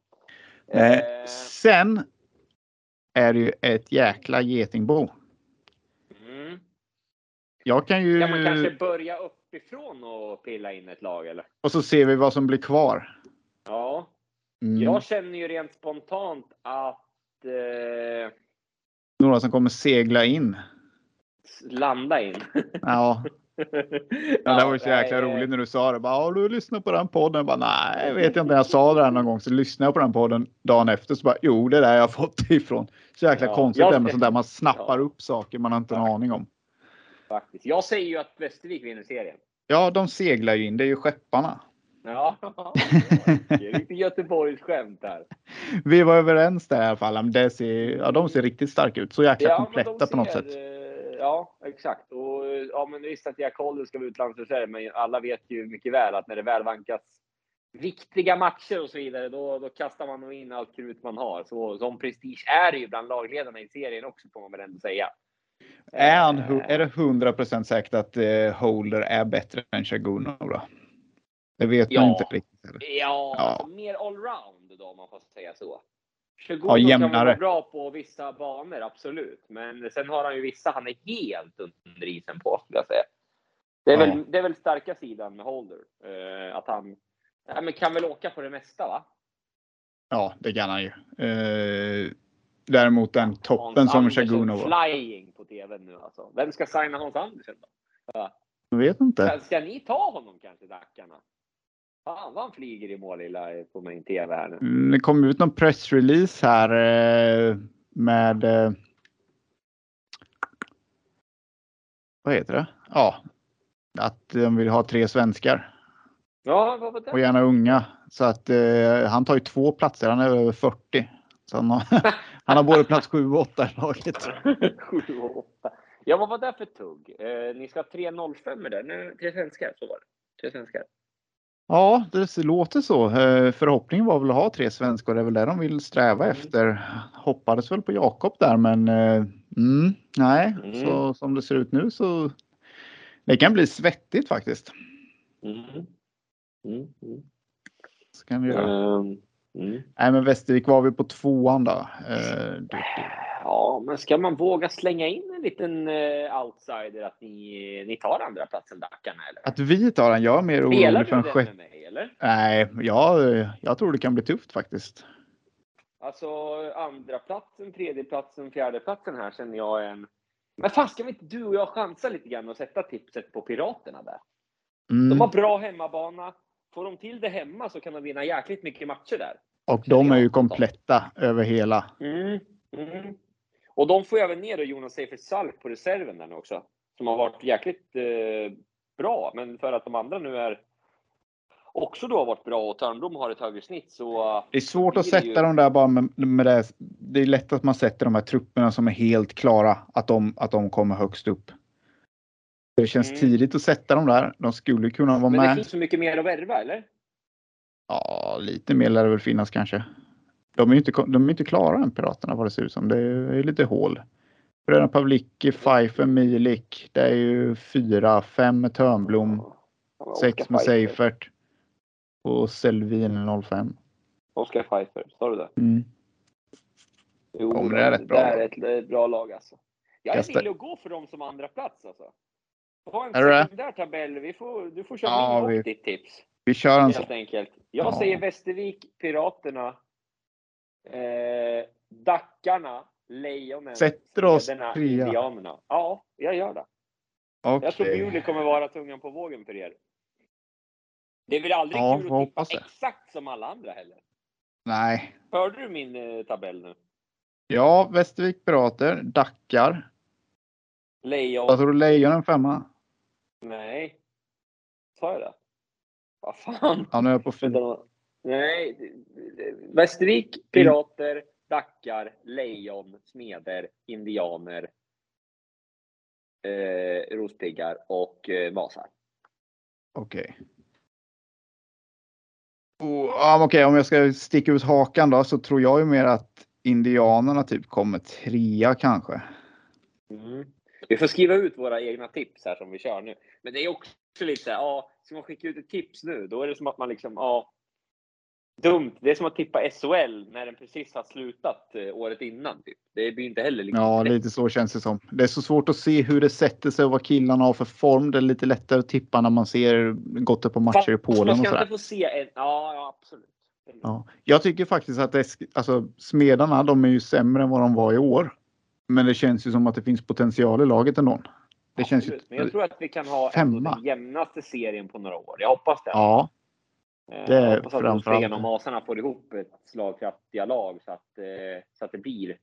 Sen är det ju ett jäkla getingbo. Jag kan ju... Kan man kanske börja uppifrån och pilla in ett lag, eller? Och så ser vi vad som blir kvar. Ja. Jag känner ju rent spontant att... några som kommer segla in. Landa in. Ja. Det var ju så jäkla roligt när du sa det. Bara, du lyssnar på den podden. Jag bara, nej, jag vet inte. Jag sa det här någon gång. Så lyssnade jag på den podden dagen efter. Så bara, jo, det är där jag har fått det ifrån. Så jäkla konstigt det med sånt där. Man snappar upp saker man har inte en aning om. Faktiskt. Jag säger ju att Västervik vinner serien. Ja, de seglar ju in. Det är ju skepparna. Ja, det är riktigt Göteborgs skämt här. Vi var överens där i alla fall. De ser riktigt starka ut. Så jäkla kompletta på något sätt. Ja, exakt. Och men visst att Jack Holder ska vara utlandsreserv, men alla vet ju mycket väl att när det väl vankas viktiga matcher och så vidare, då kastar man nog in allt krut man har. Så som prestige är det ju bland lagledarna i serien också, får man väl ändå säga. Är det 100% säkert att Holder är bättre än Shaguno då? Det vet man inte riktigt. Ja. Alltså, mer allround då, om man får säga så. Ja, jämnare. Kan vara bra på vissa banor, absolut. Men sen har han ju vissa han är helt under isen på, skulle jag säga. Det är väl starka sidan med Holder. Att han men kan väl åka på det mesta, va? Ja, det kan han ju. Däremot den toppen som Shaguno var. Flying på tv nu alltså. Vem ska signa Hans Andersen då? Ja. Jag vet inte. Ska ni ta honom kanske, dackarna? Fan vad han flyger i mål på min tv här nu. Det kom ut någon pressrelease här med vad heter det? Ja, att de vill ha 3 svenskar. Ja, vad var det? Och gärna unga. Så att han tar ju 2 platser. Han är över 40. Så han har både plats 7 och 8 i laget. 7 och 8. Ja, vad var det för tugg? Ni ska ha 305 där. Nu 3 svenskar, så var det. 3 svenskar. Ja, det låter så. Förhoppningen var väl att ha 3 svenskar. Det är väl det de vill sträva efter. Hoppades väl på Jakob där, men nej. Så som det ser ut nu så det kan bli svettigt faktiskt. Så kan vi göra. Nej, men Västervik var vi på 2:an då. Ja, men ska man våga slänga in en liten outsider att ni tar andra platsen Dackarna eller? Att vi tar den, jag är mer orolig för en Spelar du den med mig eller? Nej, jag tror det kan bli tufft faktiskt. Alltså andra platsen, tredje platsen, fjärde platsen här känner jag en... Men fan, ska vi inte du och jag chansa lite grann och sätta tipset på Piraterna där? De har bra hemmabana. Får de till det hemma så kan de vinna jäkligt mycket matcher där. Och de är ju kompletta över hela. Och de får även ner då Jonas Seifert Salk på reserven där nu också. Som har varit jäkligt bra. Men för att de andra nu är också då har varit bra och Törnblom har ett högre snitt så... Det är svårt att sätta dem där bara med det. Det är lätt att man sätter de här trupperna som är helt klara. Att de kommer högst upp. Det känns tidigt att sätta dem där. De skulle kunna vara med. Men det finns så mycket mer att värva, eller? Ja, lite mer lär det väl finnas kanske. De är inte klara än Piraterna vad det ser ut som. Det är lite hål. Bröderna Pavlicki, Pfeiffer, Milik. Det är ju 4-5 med Törnblom. 6 med Seifert. Och Selvin 05. Oskar Pfeiffer, sa du det? Jo, det är rätt bra. Det är ett bra lag alltså. Jag är villig att gå för dem som andra plats alltså. Ha en sekundär tabell. Du får köra min och ditt tips. Vi kör en helt enkelt. Jag säger Västervik, Piraterna, Dackarna, Lejonen, sätter oss Smederna, 3. Indianerna. Ja, jag gör det. Okay. Jag tror Bjurli kommer vara tungan på vågen för er. Det är väl aldrig kul att tippa exakt som alla andra heller. Nej. Hörde du min tabell nu? Ja, Västervik, Pirater, Dackar. Lejon. Jag tror Lejonen 5. Nej. Sa jag det? Vad fan? Ja, nu är jag på 4. Nej. Västervik, Pirater, Dackar, Lejon, Smeder, Indianer, Rospiggar och Vasar. Okej. Okej, om jag ska sticka ut hakan då så tror jag ju mer att Indianerna typ kommer 3 kanske. Vi får skriva ut våra egna tips här som vi kör nu. Men det är också lite, ska man skicka ut ett tips nu, då är det som att man liksom, dumt. Det är som att tippa SHL när den precis har slutat året innan. Typ. Det blir inte heller liksom. Ja, lite så känns det som. Det är så svårt att se hur det sätter sig och vad killarna har för form. Det är lite lättare att tippa när man ser gått på matcher i Polen och sådär. Man ska inte få se en... Ja, absolut. Ja. Jag tycker faktiskt att Smedarna, de är ju sämre än vad de var i år. Men det känns ju som att det finns potential i laget ändå. Det känns ju... Men jag tror att vi kan ha den jämnaste serien på några år. Jag hoppas det. Ja. Det är hoppas att de och Masarna får ihop ett slagkraftiga lag så att det blir...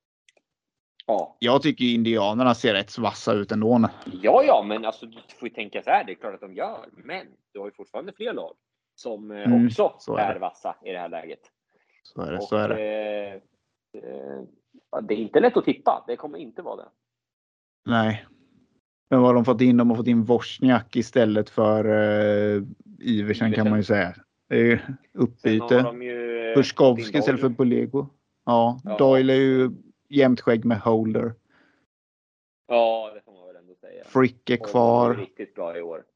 Ja. Jag tycker Indianerna ser rätt vassa ut ändå. Ja, men alltså, du får ju tänka så här. Det är klart att de gör. Men du har ju fortfarande fler lag som också är vassa i det här läget. Så är det. Och, så är det. Det är inte lätt att tippa. Det kommer inte vara det. Nej. Men vad har de fått in? De har fått in Wozniak istället för Iversen kan man ju säga. Det är ju uppbyte. Puskowski istället för Bolego. Ja, Doyle är ju jämnt skägg med Holder. Ja, det får man väl ändå säga. Frick är kvar. Det är riktigt bra i år.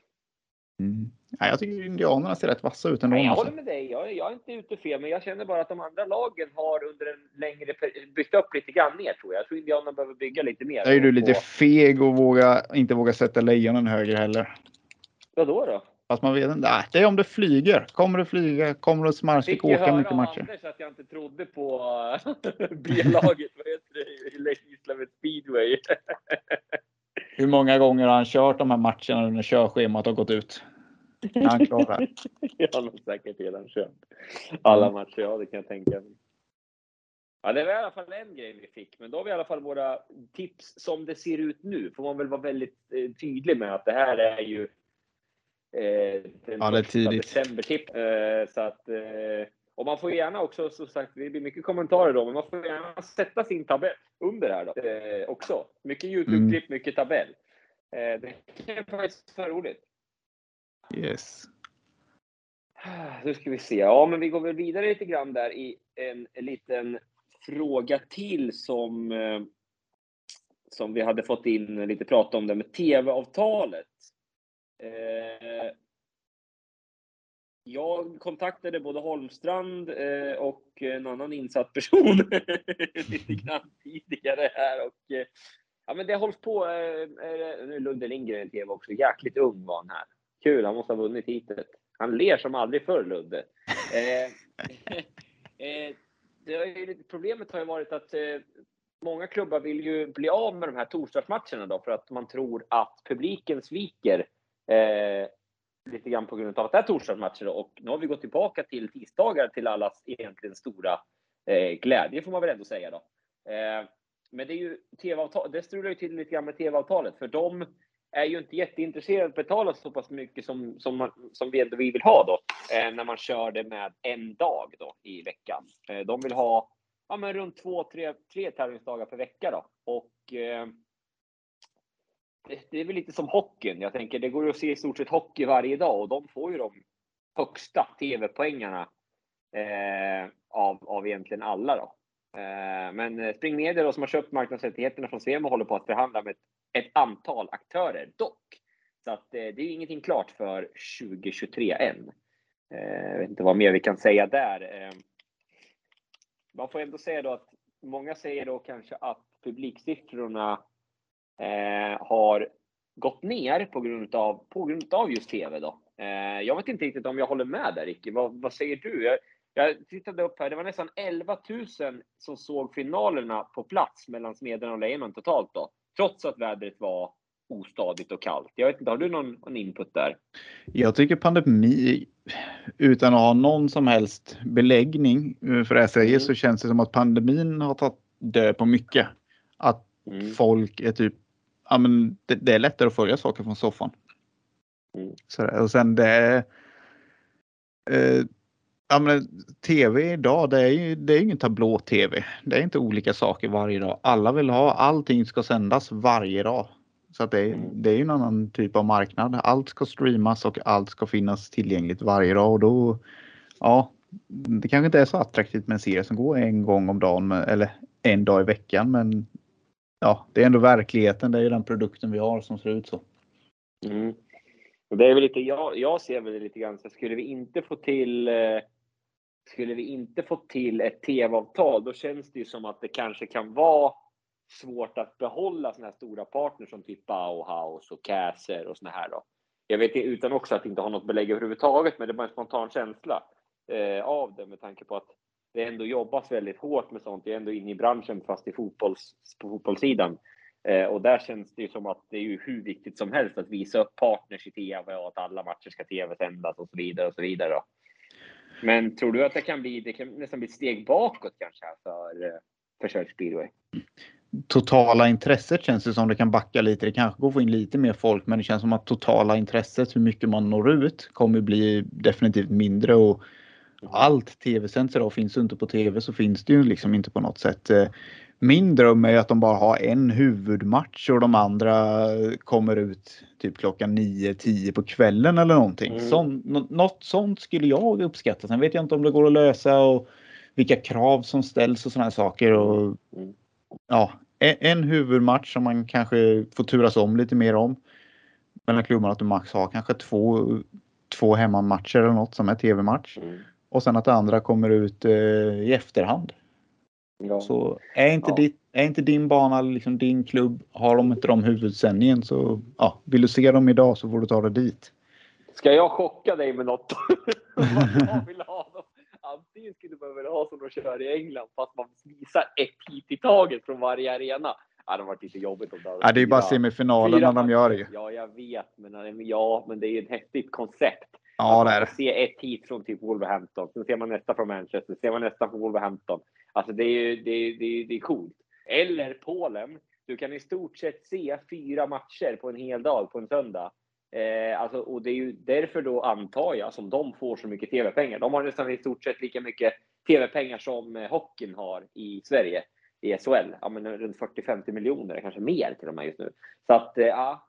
Ja, jag tycker Indianerna ser rätt vassa ut ändå. Nej, jag håller med dig. Jag är inte ute fel, men jag känner bara att de andra lagen har under en längre byggt upp lite grann mer, tror jag. Jag tror Indianerna behöver bygga lite mer. Är du lite feg och inte våga sätta Lejonen högre heller? Vad då? Fast man vet inte. Det är om det flyger. Kommer det flyga? Kommer det Smarsvik åka mycket matcher? Fick jag höra att jag inte trodde på B-laget. Vad heter det? Island Speedway. Hur många gånger har han kört de här matcherna när körschemat har gått ut? Är han klar där? Jag har nog säkert redan kört alla matcher, det kan jag tänka mig. Ja, det var i alla fall en grej vi fick. Men då har vi i alla fall våra tips som det ser ut nu. Får man väl vara väldigt tydlig med att det här är ju den 1 december-tipp. Så att, och man får gärna också, som sagt, det blir mycket kommentarer då, men man får gärna sätta sin tabell under här då. Också. Mycket YouTube-klipp, mycket tabell. Det kan faktiskt vara roligt. Yes. Nu ska vi se. Ja, men vi går väl vidare lite grann där i en liten fråga till som vi hade fått in lite prata om det med tv-avtalet. Jag kontaktade både Holmstrand och en annan insatt person lite grann tidigare här. Och, ja, men det hålls på. Nu är Ludde Lindgren i TV också. Jäkligt ung var han här. Kul, han måste ha vunnit hittills. Han ler som aldrig förr, Ludde. Problemet har ju varit att många klubbar vill ju bli av med de här torsdagsmatcherna då, för att man tror att publiken sviker lite grann på grund av att det är torsdagsmatcher då. Och nu har vi gått tillbaka till tisdagar till allas egentligen stora glädje, får man väl ändå säga då. Men det är ju TV-avtal, det strular ju till lite grann med TV-avtalet, för de är ju inte jätteintresserade att betala så pass mycket som vi ändå vill ha då, när man kör det med en dag då i veckan. De vill ha men runt 2-3 tävlingsdagar per vecka då. Och det är väl lite som hockeyn. Jag tänker, det går ju att se i stort sett hockey varje dag, och de får ju de högsta TV-poängarna av egentligen alla då. Men Spring Media då, som har köpt marknadsrättigheterna från Svemo, håller på att förhandla med ett antal aktörer dock. Så att det är ingenting klart för 2023 än. Jag vet inte vad mer vi kan säga där. Man får ändå säga då att många säger då kanske att publiksiffrorna har gått ner på grund av just TV då. Jag vet inte riktigt om jag håller med där, Ricky. Vad säger du? Jag tittade upp här. Det var nästan 11 000 som såg finalerna på plats mellan Smedjan och Lejonen totalt då. Trots att vädret var ostadigt och kallt. Jag vet inte, har du någon input där? Jag tycker pandemi, utan att ha någon som helst beläggning för det jag säger, så känns det som att pandemin har tagit död på mycket. Att folk är typ, ja men det är lättare att följa saker från soffan. Så, och sen det ja men TV idag, det är ingen tablå-TV. Det är inte olika saker varje dag. Alla vill ha, allting ska sändas varje dag. Så att det är ju en annan typ av marknad. Allt ska streamas och allt ska finnas tillgängligt varje dag. Och då, ja, det kanske inte är så attraktivt med en serie som går en gång om dagen eller en dag i veckan. Men ja, det är ändå verkligheten. Det är ju den produkten vi har som ser ut så. Det är väl lite, jag ser väl lite grann så skulle vi inte få till ett TV-avtal, då känns det ju som att det kanske kan vara svårt att behålla såna här stora partners som typ Bauhaus och Käser och såna här då. Jag vet utan också att inte ha något belägg överhuvudtaget, men det är bara en spontan känsla av det, med tanke på att det ändå jobbas väldigt hårt med sånt. Jag är ändå inne i branschen fast på fotbollssidan. Och där känns det ju som att det är ju hur viktigt som helst att visa upp partners i TV och att alla matcher ska TV-sändas och så vidare och så vidare då. Men tror du att det kan nästan bli ett steg bakåt kanske här för Schweiz Speedway? Totala intresset känns det som det kan backa lite. Det kanske går att få in lite mer folk, men det känns som att totala intresset, hur mycket man når ut, kommer bli definitivt mindre. Och allt tv-sänt idag finns ju inte på tv, så finns det ju liksom inte på något sätt. Min dröm är att de bara har en huvudmatch och de andra kommer ut typ klockan 9-10 på kvällen eller någonting. Något sånt skulle jag uppskatta. Sen vet jag inte om det går att lösa och vilka krav som ställs och såna här saker. Och, ja, en huvudmatch som man kanske får turas om lite mer om. Mellan klubbarna, att du max har kanske två hemmamatcher eller något som är tv-match. Och sen att det andra kommer ut i efterhand. Ja. Så är inte din bana, liksom din klubb, har de inte de huvudsändningen, så ja, vill du se dem idag så får du ta det dit. Ska jag chocka dig med något? Jag vill ha dem. Antingen skulle man väl ha som de kör i England, fast man visar ett hit i taget från varje arena. Ja, det har varit lite jobbigt. Ja, det är bara semifinalen när de gör det. Ja, jag vet. Men det är ju ett häftigt koncept. Ja, det är det. Se ett hit från typ Wolverhampton. Sen ser man nästa från Manchester. Ser man nästa från Wolverhampton. Alltså det är coolt. Eller Polen. Du kan i stort sett se 4 matcher på en hel dag på en söndag. Alltså, och det är ju därför då, antar jag, som de får så mycket tv-pengar. De har nästan i stort sett lika mycket tv-pengar som hockeyn har i Sverige i SHL. Ja, men runt 40-50 miljoner, kanske mer till och med just nu. Så att, ja.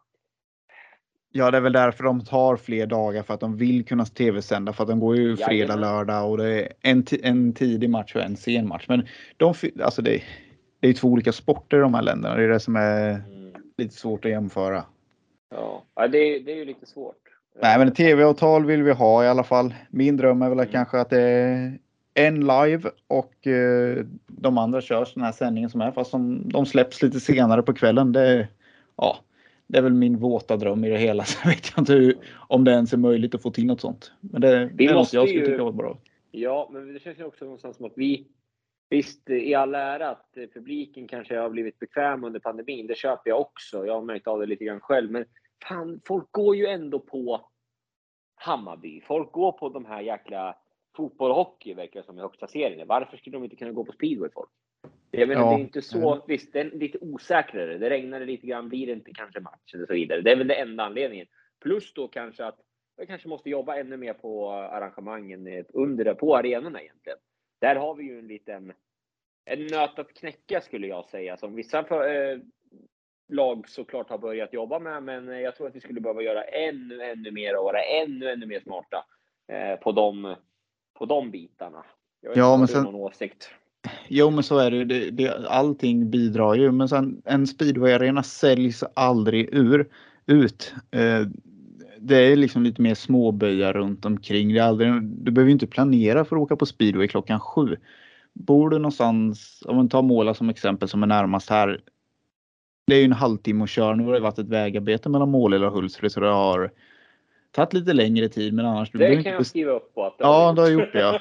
Ja, det är väl därför de tar fler dagar, för att de vill kunna tv-sända, för att de går ju fredag, lördag och det är en tidig match och en sen match. Men alltså det är 2 olika sporter i de här länderna. Det är det som är lite svårt att jämföra. Ja, det är ju lite svårt. Nej, men tv-avtal vill vi ha i alla fall. Min dröm är väl kanske att det är en live och de andra körs den här sändningen som är, fast de släpps lite senare på kvällen. Det är väl min våta dröm i det hela. Så vet jag inte om det ens är möjligt att få till något sånt. Men det är något jag skulle tycka var bra. Ja, men det känns ju också någonstans som att visst, i all ära att publiken kanske har blivit bekväm under pandemin. Det köper jag också. Jag har märkt av det lite grann själv. Men fan, folk går ju ändå på Hammarby. Folk går på de här jäkla fotboll och hockey verkar som i högsta serien. Varför skulle de inte kunna gå på speedway, folk? Jag menar, det är inte så, visst, det är lite osäkrare. Det regnar lite grann, blir det inte kanske match eller så vidare. Det är väl det enda anledningen. Plus då kanske att jag kanske måste jobba ännu mer på arrangemangen på arenorna egentligen. Där har vi ju en nöt att knäcka, skulle jag säga, som vissa lag såklart har börjat jobba med, men jag tror att vi skulle behöva göra ännu mer och vara ännu mer smarta på de bitarna. Jag vet inte om du har någon åsikt. Jo, men så är det. Allting bidrar ju, men sen en speedway-arena säljs aldrig ut. Det är liksom lite mer småbyar runt omkring. Du behöver ju inte planera för att åka på speedway 7:00. Bor du någonstans, om man tar Måla som exempel som är närmast här. Det är ju en halvtimme att köra. Nu har det varit ett vägarbete mellan Måla och Hultsfred, så det har tagit lite längre tid. Men annars det kan jag skriva upp på att du har gjort det. Ja.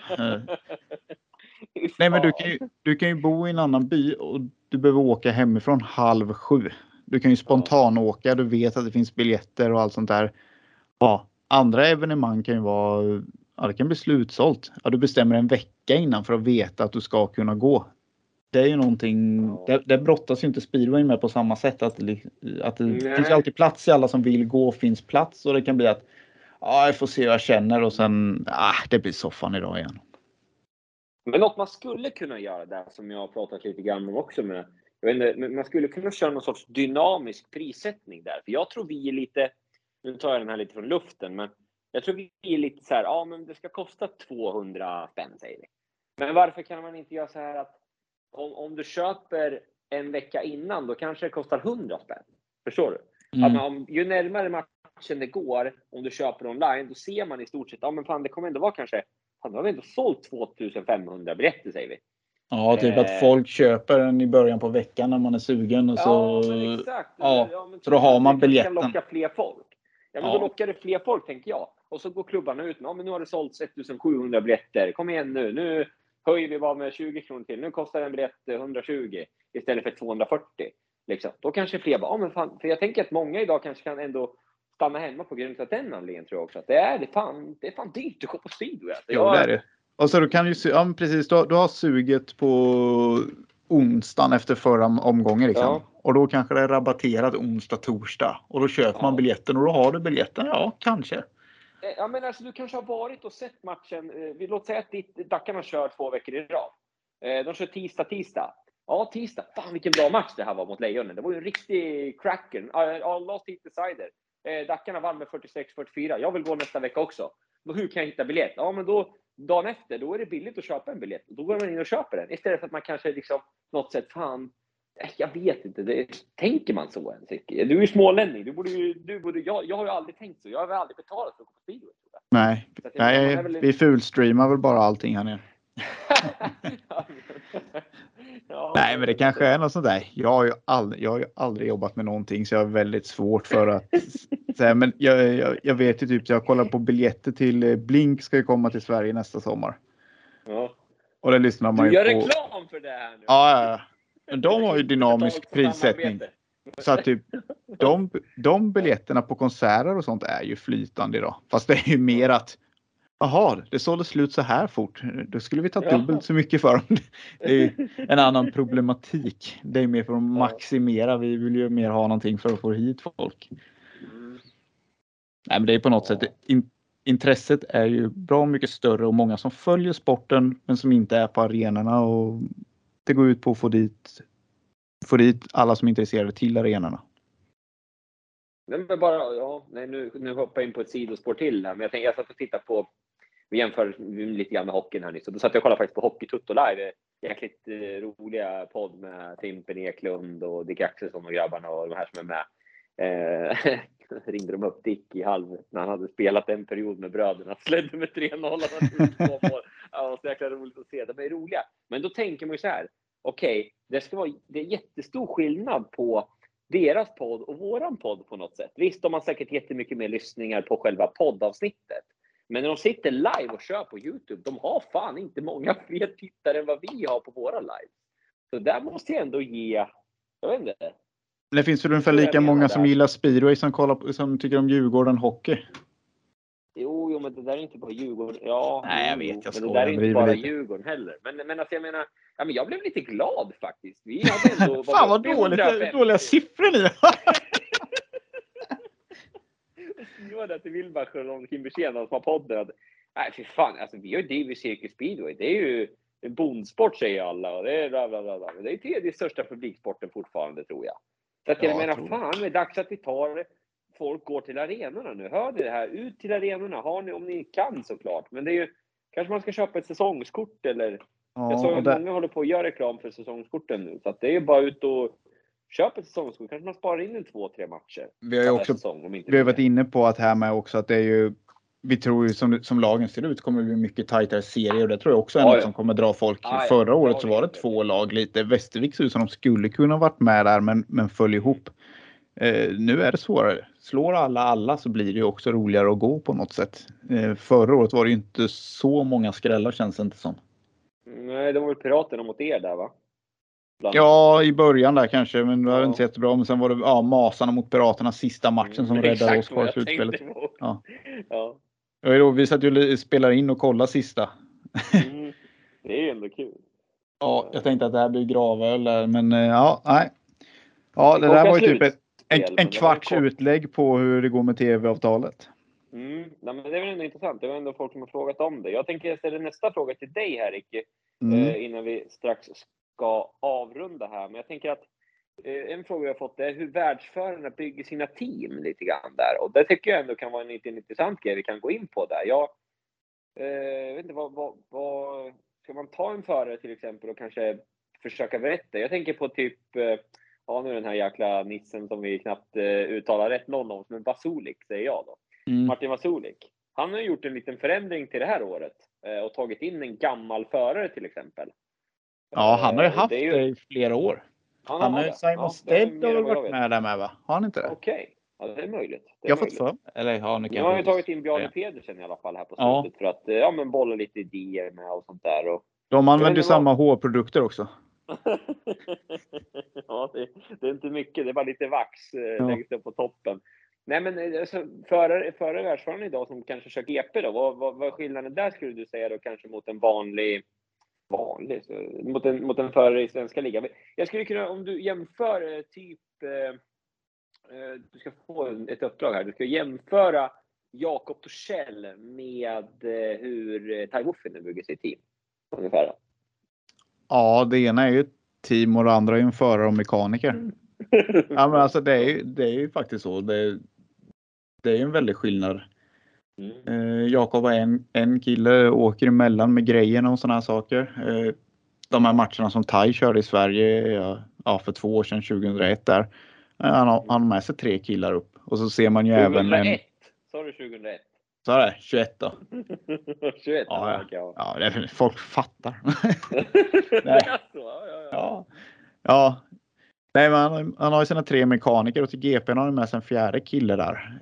Nej, men du kan ju bo i en annan by och du behöver åka hemifrån 6:30. Du kan ju spontan åka, du vet att det finns biljetter och allt sånt där. Ja, andra evenemang kan ju vara, det kan bli slutsålt. Ja, du bestämmer en vecka innan för att veta att du ska kunna gå. Det är ju någonting, det brottas ju inte speedway med på samma sätt. Att det finns ju alltid plats i alla som vill gå, finns plats, och det kan bli att jag får se vad jag känner och sen det blir soffan idag igen. Men något man skulle kunna göra där, som jag har pratat lite grann om också med, jag vet inte, man skulle kunna köra någon sorts dynamisk prissättning där. För jag tror vi är lite, nu tar jag den här lite från luften, men jag tror vi är lite så här, men det ska kosta 200 spänn, säger vi. Men varför kan man inte göra så här att om du köper en vecka innan, då kanske det kostar 100 spänn. Förstår du? Att ju närmare matchen det går, om du köper online, då ser man i stort sett, men fan, det kommer ändå vara kanske, fan, då har vi ändå sålt 2500 biljetter, säger vi. Ja, typ att folk köper den i början på veckan när man är sugen. Och så, men exakt. Så då har man biljetten. Det kan locka fler folk. Ja, men då lockar det fler folk, tänker jag. Och så går klubbarna ut med, men nu har det sålts 1700 biljetter. Kom igen nu. Nu höjer vi bara med 20 kronor till. Nu kostar en biljett 120 istället för 240. Liksom. Då kanske fler bara, men fan. För jag tänker att många idag kanske kan ändå stanna hemma på grund av den anledningen, tror jag också. Att det är fan dyrt att gå på speedway. Alltså, det är det. Och så du kan ju, precis, du har suget på onsdagen efter förra omgången liksom. Ja. Och då kanske det är rabatterat onsdag, torsdag. Och då köper man biljetten och då har du biljetten. Ja, kanske. Ja, men alltså du kanske har varit och sett matchen. Låt säga att Dackarna kör 2 veckor i rad. De kör tisdag. Ja, tisdag. Fan, vilken bra match det här var mot Lejonen. Det var ju en riktig cracker. All lost hit decider. Dackarna vann med 46-44. Jag vill gå nästa vecka också. Då hur kan jag hitta biljett? Ja, men då dagen efter, då är det billigt att köpa en biljett. Då går man in och köper den. Istället för att man kanske liksom något sätt, fan, jag vet inte. Tänker man så ens? Du är ju smålänning. Jag har ju aldrig tänkt så. Jag har väl aldrig betalat för att gå på speedway. Nej, vi fulstreamar väl bara allting här nere. Nej, men det kanske är något sånt där. Jag har ju aldrig jobbat med någonting, så jag har väldigt svårt för att säga, men jag vet ju typ, jag kollar på biljetter till Blink ska ju komma till Sverige nästa sommar. Ja. Och det lyssnar man ju på. Du gör reklam för det här nu. Ja. Men de har ju dynamisk prissättning. Så att typ de biljetterna på konserter och sånt är ju flytande idag. Fast det är ju mer att det sålde slut så här fort. Då skulle vi ta dubbelt så mycket för dem. Det är ju en annan problematik. Det är mer för att maximera. Vi vill ju mer ha någonting för att få hit folk. Nej, men det är på något sätt. Intresset är ju bra mycket större och många som följer sporten men som inte är på arenorna. Och det går ut på att få dit alla som är intresserade till arenorna. Men bara, nu hoppar jag in på ett sidospår till här. Men jag satt och tittade på, vi jämför lite grann med hockeyn här nyss. Så då satt jag och kollade faktiskt på Hockey Tutto Live. Jäkligt roliga podd med Timpen Eklund och Dick Axelsson och grabbarna och de här som är med. ringde de upp Dick i halv när han hade spelat en period med bröderna. Sledde med 3-0. Ja, så jäkla roligt att se. De är roliga. Men då tänker man ju så här. Okej, det är jättestor skillnad på deras podd och våran podd på något sätt. Visst, de har säkert jättemycket mer lyssningar på själva poddavsnittet. Men när de sitter live och kör på YouTube, de har fan inte många fler tittare än vad vi har på våra live. Så där måste jag ändå ge, jag vet inte. Det finns väl ungefär lika många som gillar speedway som tycker om Djurgården hockey. Jo, men det där är inte bara Djurgården. Ja, nej, jag vet, jag men det där är inte bara Djurgården heller. Men alltså jag menar, ja, men jag blev lite glad faktiskt. Vi hade ändå fan vad dåliga siffror ni har. Det var det till Wilbacher och Kim Wirsén som har podden. Nej, för fan. Alltså, vi har ju Davis Circus Speedway. Det är ju en bondsport, säger alla. Och det är bla, bla, bla, bla. Det är tredje största publiksporten fortfarande, tror jag. Så att jag menar, fan, det är dags att vi tar det. Folk går till arenorna nu. Hör ni det här? Ut till arenorna. Har ni, om ni kan såklart. Men det är ju, kanske man ska köpa ett säsongskort eller... Ja, jag såg att många håller på att göra reklam för säsongskorten nu. Så att det är ju bara ut och köpa ett säsongskort. Kanske man sparar in en 2-3 matcher. Vi har ju också vi har varit inne på att här med också att det är ju, vi tror ju som lagen ser ut kommer det bli mycket tajtare serier och det tror jag också är något som kommer dra folk. Förra året så var det 2 lag lite. Västervik ser ut som de skulle kunna varit med där men föll ihop. Nu är det svårare. Slår alla så blir det ju också roligare att gå på något sätt. Förra året var det ju inte så många skrällar, känns det inte som. Nej, det var väl Piraterna mot er där, va? Ja, i början där kanske, men det var inte så jättebra. Men sen var det Masarna mot Piraterna sista matchen som räddade oss kvar i slutspelet. Ja. Vi satt ju spelar in och kollar sista. Det är ju ändå kul. Ja, jag tänkte att det här blir gravöl där, men ja, nej. Ja, det där var ju typ en kvarts utlägg på hur det går med tv-avtalet. Nej, men det är väl ändå intressant. Det är ändå folk som har frågat om det. Jag tänker ställa nästa fråga till dig här, Ricky, innan vi strax ska avrunda här. Men jag tänker att en fråga jag har fått är hur världsförarna bygger sina team lite grann där. Och det tycker jag ändå kan vara en lite intressant grej vi kan gå in på där. Jag vet inte, vad ska man ta en förare till exempel och kanske försöka berätta? Jag tänker på typ, nu den här jäkla nissen som vi knappt uttalar rätt någon om, men Vasulik säger jag då. Martin Vasulik. Han har gjort en liten förändring till det här året och tagit in en gammal förare till exempel. Ja, han har ju haft det i flera år. Han har ju Simon Stead har varit med där med, va? Har han inte det? Okej. Ja, det är möjligt. Jag har fått för. Eller har ni jag har ju tagit in Bjarne Pedersen i alla fall här på slutet för att bolla lite idéer med och sånt där. Och de använder ju samma hårprodukter också. Ja, det är inte mycket. Det är bara lite vax längst upp på toppen. Nej, men alltså, före världsföraren idag som kanske kör GP då, vad är skillnaden där skulle du säga då kanske mot en vanlig mot en förare i svenska ligan? Jag skulle kunna, om du jämför typ du ska få ett uppdrag här, du ska jämföra Jakob Torssell med hur Ty Woffinen bygger sitt team ungefär. Ja, det ena är ju ett team och det andra är en förare och mekaniker. Ja, men alltså det är ju faktiskt så. Det är en väldig skillnad. Jakob var en kille åker emellan med grejerna och såna här saker. De här matcherna som Tai körde i Sverige för 2 år sedan, 2001 där. Han har med sig 3 killar upp. Och så ser man ju 2001. Även Sa du 2001? Så är det, 21 då. 21? Ja, det är, folk fattar. Nej. Ja. Nej, men han har ju sina 3 mekaniker och till GP har han med sig en 4:e kille där.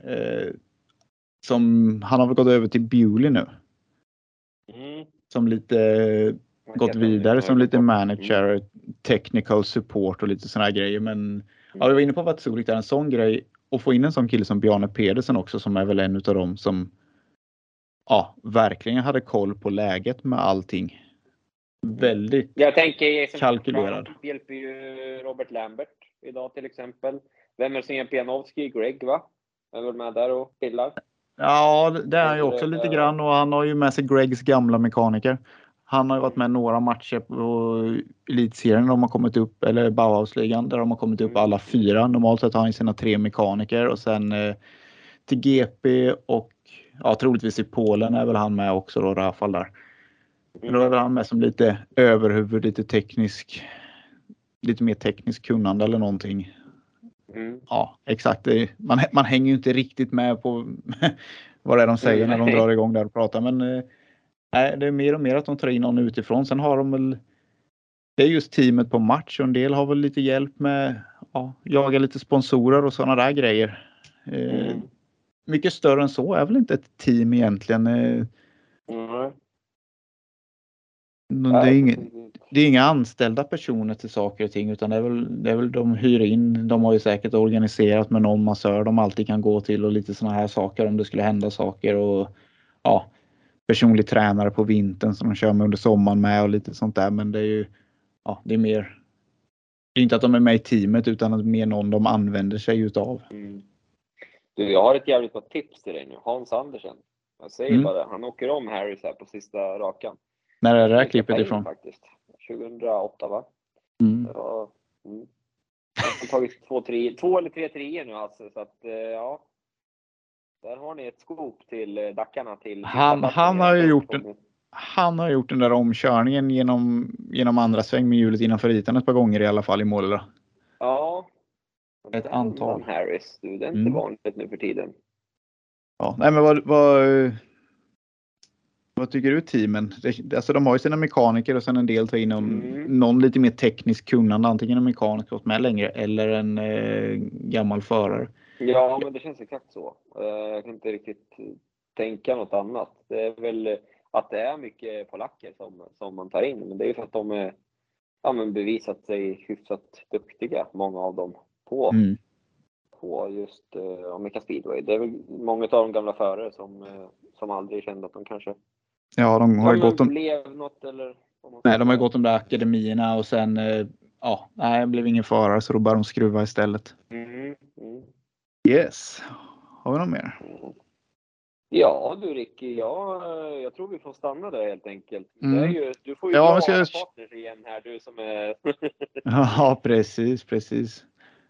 Som han har väl gått över till Bewley nu. Som lite gått vidare som lite manager, technical support och lite såna här grejer. Men jag var inne på vad Solik är en sån grej. Och få in en sån kille som Bjarne Pedersen också, som är väl en utav dem som verkligen hade koll på läget med allting. Väldigt jag tänker kalkylerad. Hjälper ju Robert Lambert idag till exempel. Vem är som hjälper Janowski? Greg, va? Är väl med där och pillar? Ja, det är han ju också lite grann. Och han har ju med sig Gregs gamla mekaniker. Han har ju varit med några matcher på elitserien där de har kommit upp, eller Bauhausligan där de har kommit upp alla 4. Normalt sett har han sina 3 mekaniker och sen till GP och troligtvis i Polen är väl han med också då, i alla fall där. Då är han med som lite överhuvud, lite mer teknisk kunnande eller någonting. Ja, exakt. Man hänger ju inte riktigt med på vad det är de säger när de drar igång där och pratar. Men det är mer och mer att de tar in någon utifrån. Sen har de väl, det är just teamet på match och en del har väl lite hjälp med jaga lite sponsorer och sådana där grejer. Mycket större än så är väl inte ett team egentligen. Det är inga anställda personer till saker och ting, utan det är väl de hyr in. De har ju säkert organiserat med någon massör de alltid kan gå till och lite såna här saker om det skulle hända saker, och personlig tränare på vintern som de kör med under sommaren med och lite sånt där. Men det är ju det är mer, det är inte att de är med i teamet utan att mer någon de använder sig utav. Du, jag har ett jävligt bra tips till dig nu. Hans Andersen. Jag säger bara det. Han åker om Harris här på sista rakan. När är det här klippet ifrån? Faktiskt. 2008 va? Ja. Jag har tagit 2 eller 3 trier nu alltså. Så att där har ni ett skop till Dackarna till. Han har gjort den där omkörningen genom andra sväng med hjulet innanför ytan ett par gånger i alla fall i Målera. Ja. Ett antal. Harris, du, det är inte vanligt nu för tiden. Ja, nej men vad tycker du teamen? Alltså de har ju sina mekaniker och sen en del tar in någon lite mer teknisk kunnande, antingen en mekaniker åt med längre eller en gammal förare. Ja, men det känns exakt så. Jag kan inte riktigt tänka något annat. Det är väl att det är mycket polacker som man tar in, men det är ju för att de är bevisat sig hyfsat duktiga, många av dem på just American Speedway. Det är väl många av de gamla förare som aldrig kände att de kanske de har ju gått blev något eller de har gått de där akademierna och sen det blev ingen förare, så då började de skruva istället. Yes. Har vi något mer? Ja du Ricky, jag tror vi får stanna där helt enkelt. Det är ju, du får ju partners igen här, du som är Ja, precis.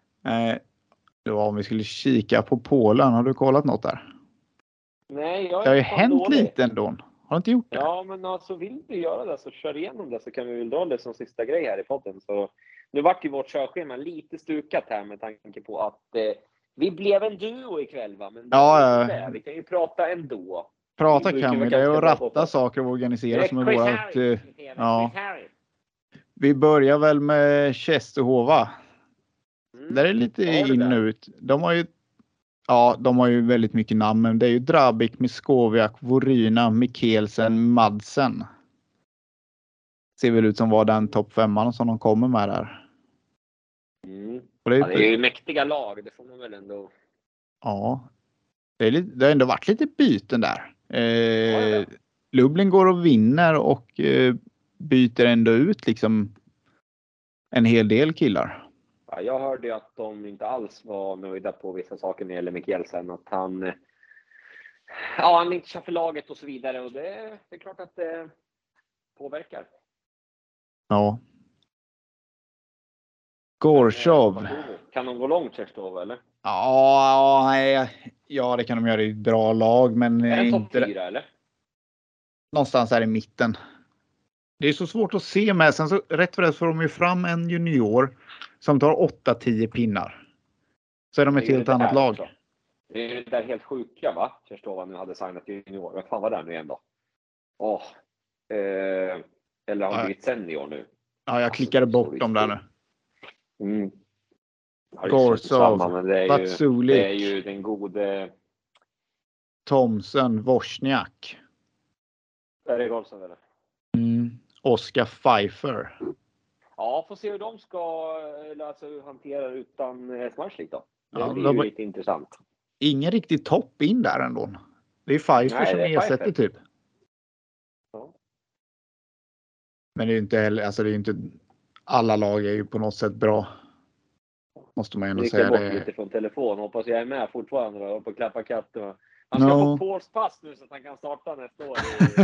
Om vi skulle kika på Polen, har du kollat något där? Nej, det har ju hänt lite ändå. Har du inte gjort det? Ja, men alltså vill du göra det så kör igenom det, så kan vi väl dra det som sista grej här i podden. Så nu vart ju vårt körschema lite stukat här med tanke på att vi blev en duo ikväll va? Men vi kan ju prata ändå. Prata kan vi, det är att ratta saker och organisera som är vårat. Vi börjar väl med Tjestehova. Där är lite in ut. De har ju väldigt mycket namn, men det är ju Drabik, Miskowiak, Voryna, Mikkelsen, Madsen. Ser väl ut som var den topp 5 som de kommer med där. Det är ju mäktiga lag, det får man väl ändå. Ja. Det har ändå varit lite byten där. Lublin går och vinner och byter ändå ut liksom en hel del killar. Ja, jag hörde att de inte alls var nöjda på vissa saker när det gäller Mikkelsen. Att han inte kör för laget och så vidare. Och det är klart att det påverkar. Ja. Gorshov. Kan de gå långt, Tjestehova, eller? Ja, det kan de göra i ett bra lag, men är det topp 4 eller? Någonstans här i mitten. Det är så svårt att se med. Sen så rätt för det får de ju fram en junior som tar 8-10 pinnar. Så är de ett helt annat lag. Också. Det är det där helt sjuka va? Tjestehova nu hade signat junior. Vad fan var det nu igen då? Eller har han blivit senior nu? Ja, jag klickade bort dem där nu. Gorsov, Vatsulik, det är ju den gode Thomsen, Wozniak. Är det Gorsov eller? Oscar Pfeiffer. Ja, får se hur de ska hantera utan Smarslik då. Det blir ju lite intressant. Ingen riktigt topp in där ändå. Det är Pfeiffer som ersätter typ. Ja. Men det är ju inte heller, det är inte, alla lag är ju på något sätt bra. Måste man ändå säga det. Lite från telefon. Hoppas jag är med fortfarande och på klappa katten. Han ska få Pauls pass nu så att han kan starta nästa år.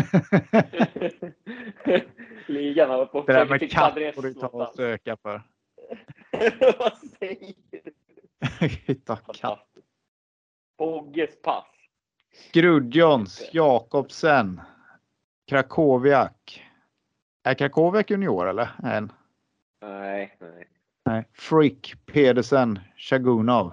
Ligan har på det där med katt får du ta och söka för. Vad säger du? Hitta katt. Bogges pass. Grudjons, Jakobsen, Krakowiak. Är Krakowiak junior eller? Nej. Nej. Frick, Pedersen, Shagunov.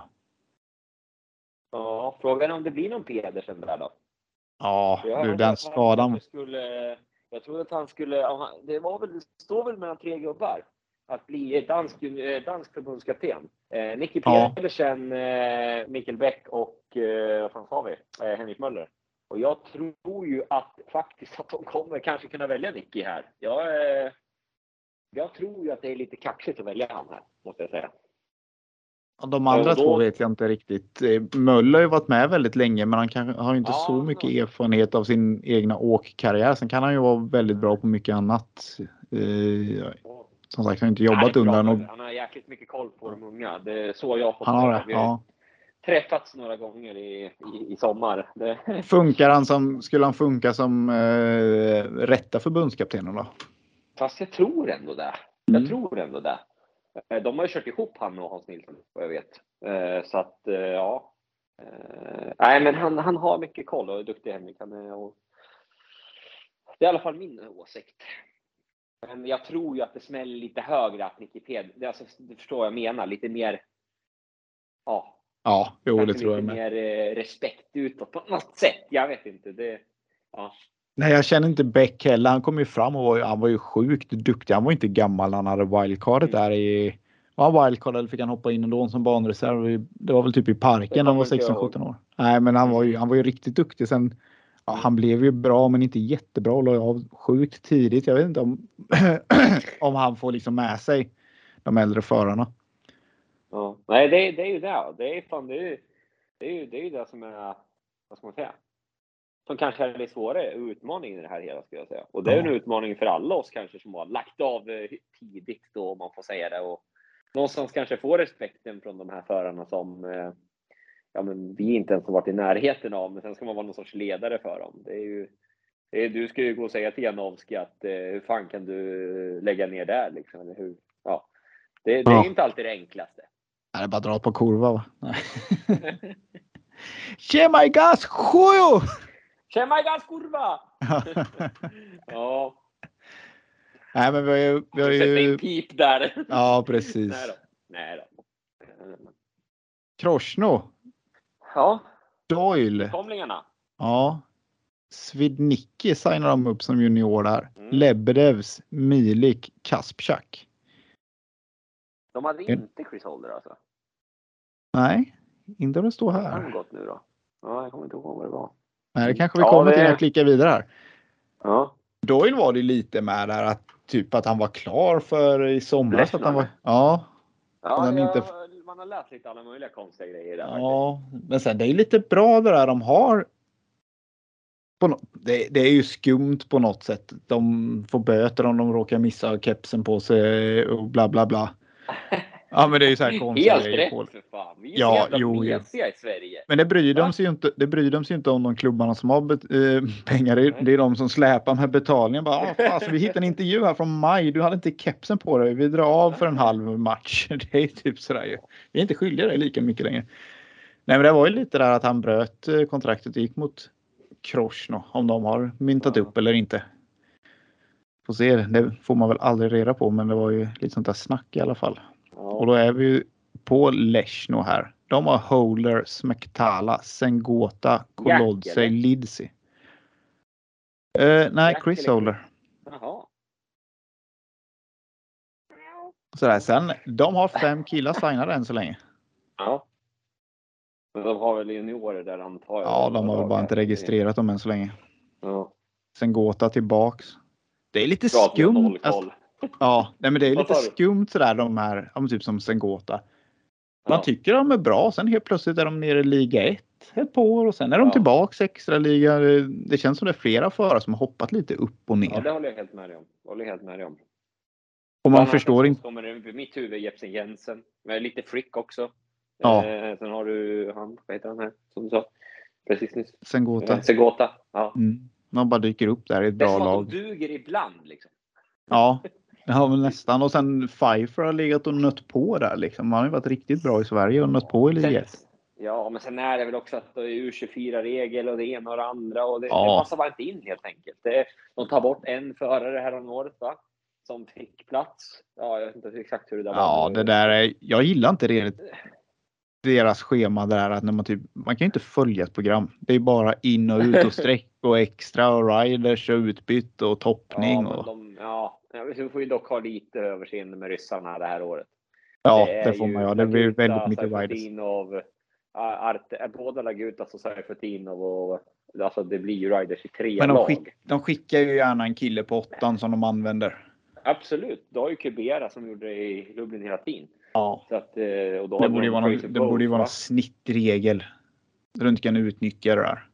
Ja, frågan är om det blir någon Pedersen där då. Ja, Jag hörde du, att den han skadan. kanske skulle, jag trodde att han skulle, det står väl mellan 3 gubbar att bli dansk förbundskapten. Nicky Ja. Pedersen, Mikael Bäck och vad fan sa vi? Henrik Möller. Och jag tror ju att faktiskt att de kommer kanske kunna välja Nicky här. Jag tror ju att det är lite kaxigt att välja han här, måste jag säga. De andra två vet jag inte riktigt. Möller har ju varit med väldigt länge, men han har ju inte så mycket erfarenhet av sin egna åkkarriär. Sen kan han ju vara väldigt bra på mycket annat. Som sagt, han har inte jobbat under någon. Han har jäkligt mycket koll på de unga. Det är så jag har fått höra. Vi har träffats några gånger i sommar. Skulle han funka som rätta förbundskaptenen då? Fast jag tror ändå det. De har ju kört ihop han och Hans Nilsson, vad jag vet. Så att, ja. Nej, men han har mycket koll och är duktig Henrik. Det är i alla fall min åsikt. Men jag tror ju att det smäller lite högre att Nicky Pedersen, alltså, du förstår vad jag menar, lite mer, ja, jo, det tror jag med. Lite mer respekt utåt på något sätt, jag vet inte, Nej, jag känner inte Bäck heller. Han kom ju fram och han var ju sjukt duktig. Han var inte gammal när han hade wildcardet där i... Ja, wildcard, eller fick han hoppa in ändå som banreserv. Det var väl typ i parken när han var 16-17 år. Nej, men han var ju riktigt duktig. Sen, han blev ju bra, men inte jättebra. Och la av sjukt tidigt. Jag vet inte om han får liksom med sig de äldre förarna. Ja, nej, det är ju det. Det är ju det som är, vad ska man säga? Som kanske är lite svårare utmaning i det här hela, skulle jag säga. Och det är en utmaning för alla oss kanske som har lagt av tidigt då, om man får säga det. Och någonstans kanske får respekten från de här förarna som men vi inte ens har varit i närheten av. Men sen ska man vara någon sorts ledare för dem. Du ska ju gå och säga till Janowski att hur fan kan du lägga ner där liksom? Eller hur? Ja. Det är inte alltid det enklaste. Det är bara att dra på kurva, va? Tjemaj gas, sjujo! Tjemaj gas, kurva! Ja. Nej, men vi har ju... Sätta in pip där. Ja, precis. Nej då. Kroshno. Ja. Doyle. Komlingarna. Ja. Svidnicki signar de upp som junior där. Lebedevs, Milik, Kaspchak. De hade inte Chris Holder alltså. Nej, inte om det står här. Har han gått nu då? Ja, jag kommer inte ihåg vad det var. Nej, det kanske vi kommer till när jag klickar vidare här. Ja. Doyle var det lite med där att han var klar för i somras. Att han var, man har läst lite alla möjliga konstiga grejer där. Ja, men sen det är lite bra det där de har. Det är ju skumt på något sätt. De får böter om de råkar missa kepsen på sig och bla bla bla. Ja, men det är ju så här konstiga grejer. Helt rätt för fan. Vi är så jävla mesiga i Sverige. Men det bryr de sig inte om de klubbarna som har pengar. Det är de som släpar med betalningen. Alltså, vi hittade en intervju här från maj. Du hade inte kepsen på dig. Vi drar av för en halv match. Det är typ sådär ju. Vi är inte skyldiga dig lika mycket längre. Nej, men det var ju lite där att han bröt kontraktet och gick mot Kroshno. Om de har myntat upp eller inte. Får se, det får man väl aldrig reda på. Men det var ju lite sånt där snack i alla fall. Och då är vi ju på Leshno här. De har Holder, Smektala, Sengota, Kolodzej, Lidsi. Nej, Chris Holder. Jaha. Sådär, sen, de har 5 killar signade än så länge. Ja. Men de har väl juniorer där antar jag. Ja, de har väl bara inte registrerat dem än så länge. Ja. Sengota tillbaks. Det är lite skumt. Ja, nej, men det är lite skumt sådär de här, typ som Sengota. Man tycker de är bra, sen helt plötsligt är de nere i liga 1 ett par år och sen är de tillbaks extra liga. Det känns som det är flera förare som har hoppat lite upp och ner. Ja, det håller jag helt med om. Och man förstår inte. Kommer i mitt huvud Jepsen Jensen, med lite Frick också. Ja. Sen har du han, vad heter han här som du sa precis nyss? Sengota. Ja. Man bara dyker upp där i ett bra lag. De duger ibland liksom. Ja. Det har väl nästan. Och sen Pfeiffer har legat och nött på där liksom. Man har ju varit riktigt bra i Sverige och nött på i liget. Ja, men sen är det väl också att det är U24-regel och det ena och det andra. Och det passar bara inte in helt enkelt. De tar bort en förare här om året, va? som fick plats. Ja, jag vet inte exakt hur det där var. Ja, det där är, jag gillar inte det. Deras schema där att när man kan ju inte följa ett program. Det är bara in och ut och sträck och extra och riders och utbyte och toppning. Vi får ju dock ha lite överseende med ryssarna det här året. Ja, det får man. Ja, det blir väldigt mycket riders. Båda Lagutas och Seifertinov och alltså det blir ju riders i 3 men lag. De skickar ju gärna en kille på 8 som de använder. Absolut. Då har ju Kubera som gjorde det i Lublin hela tiden. Ja. Så att, och då det borde ju vara en snittregel. Så du inte kan utnyttja det där.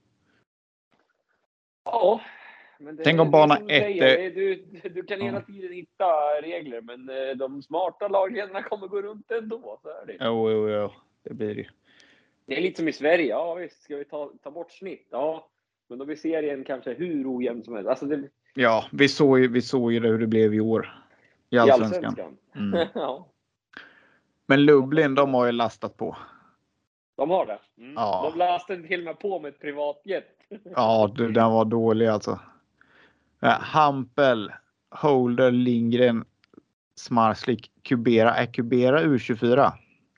Ja. Men tänk om bana 1... Du kan hela tiden hitta regler, men de smarta lagledarna kommer gå runt ändå. Så är det. Jo. Det blir det. Det är lite som i Sverige. Ja visst, ska vi ta bort snitt? Ja. Men då blir serien kanske hur ojämn som helst. Alltså ja, vi såg ju hur det blev i år. I Allsvenskan. Mm. Ja. Men Lublin, de har ju lastat på. De har det? Mm. Ja. De lastade till och med på med ett privatjet. Ja, den var dålig alltså. Hampel, Holder, Lindgren, Smarslik, Kubera. Är Kubera U24?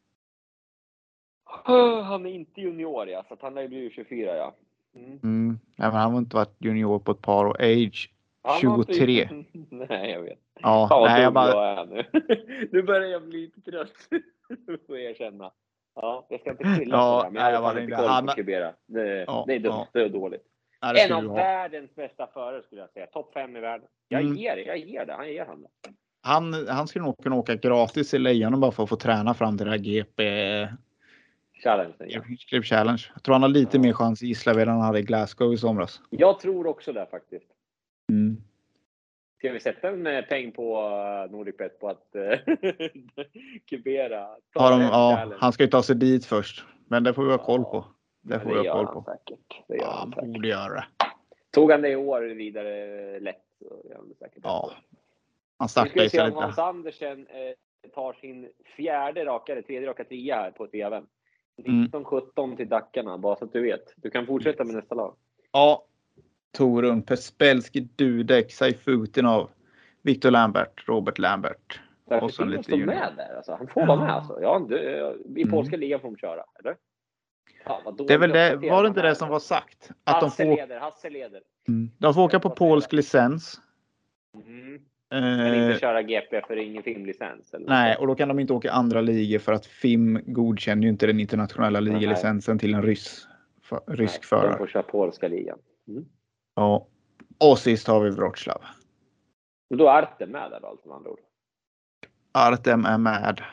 Han är inte junior, ja. Så att han är ju 24, ja. Nej, men han har inte varit junior på ett par år. Age 23. Nej, jag vet. Ja, nej, jag bara... Nu börjar jag bli lite trött. Får jag erkänna. Ja, jag ska inte skylla på det. Men jag har inte koll på Kubera. Det är dumt. Det är dåligt. Ja, en av världens bästa förare skulle jag säga. Topp 5 i världen. Jag ger det. Han ger han det. Han skulle nog kunna åka gratis i Lejonen bara för att få träna fram till det här GP Challenge. Challenge. Jag tror han har lite mer chans i Gislaved än han hade i Glasgow i somras. Jag tror också det faktiskt. Mm. Ska vi sätta en peng på Nordicbet på att Kubera han ska ju ta sig dit först. Men det får vi ha koll på. Det får vi ha koll på. Säkert. Det gör han säkert. Borde göra det. Tog han det i år vidare lätt så gör han det säkert. Ja. Han startar ju se om Hans Andersen tar sin tredje raka trea här på TV:n. 19-17 till Dackarna, bara så att du vet. Du kan fortsätta med nästa lag. Ja. Torun, Pespelski, Dudek, Seifutinov, Victor Lambert, Robert Lambert. Och så lite med där. Alltså. Han får vara med. Alltså. Ja, i polska ligan får de köra, eller? Ja, det är väl det, var det inte det som var sagt? Att Hasse leder. De får åka på polsk licens. Kan inte köra GP för ingen filmlicens. Eller nej, och då kan de inte åka andra ligor för att FIM godkänner ju inte den internationella ligalicensen till en rysk förare. De får köra polska ligan. Ja. Och sist har vi Wroclaw. Och då är Artem med där alltså med andra ord. Artem är med.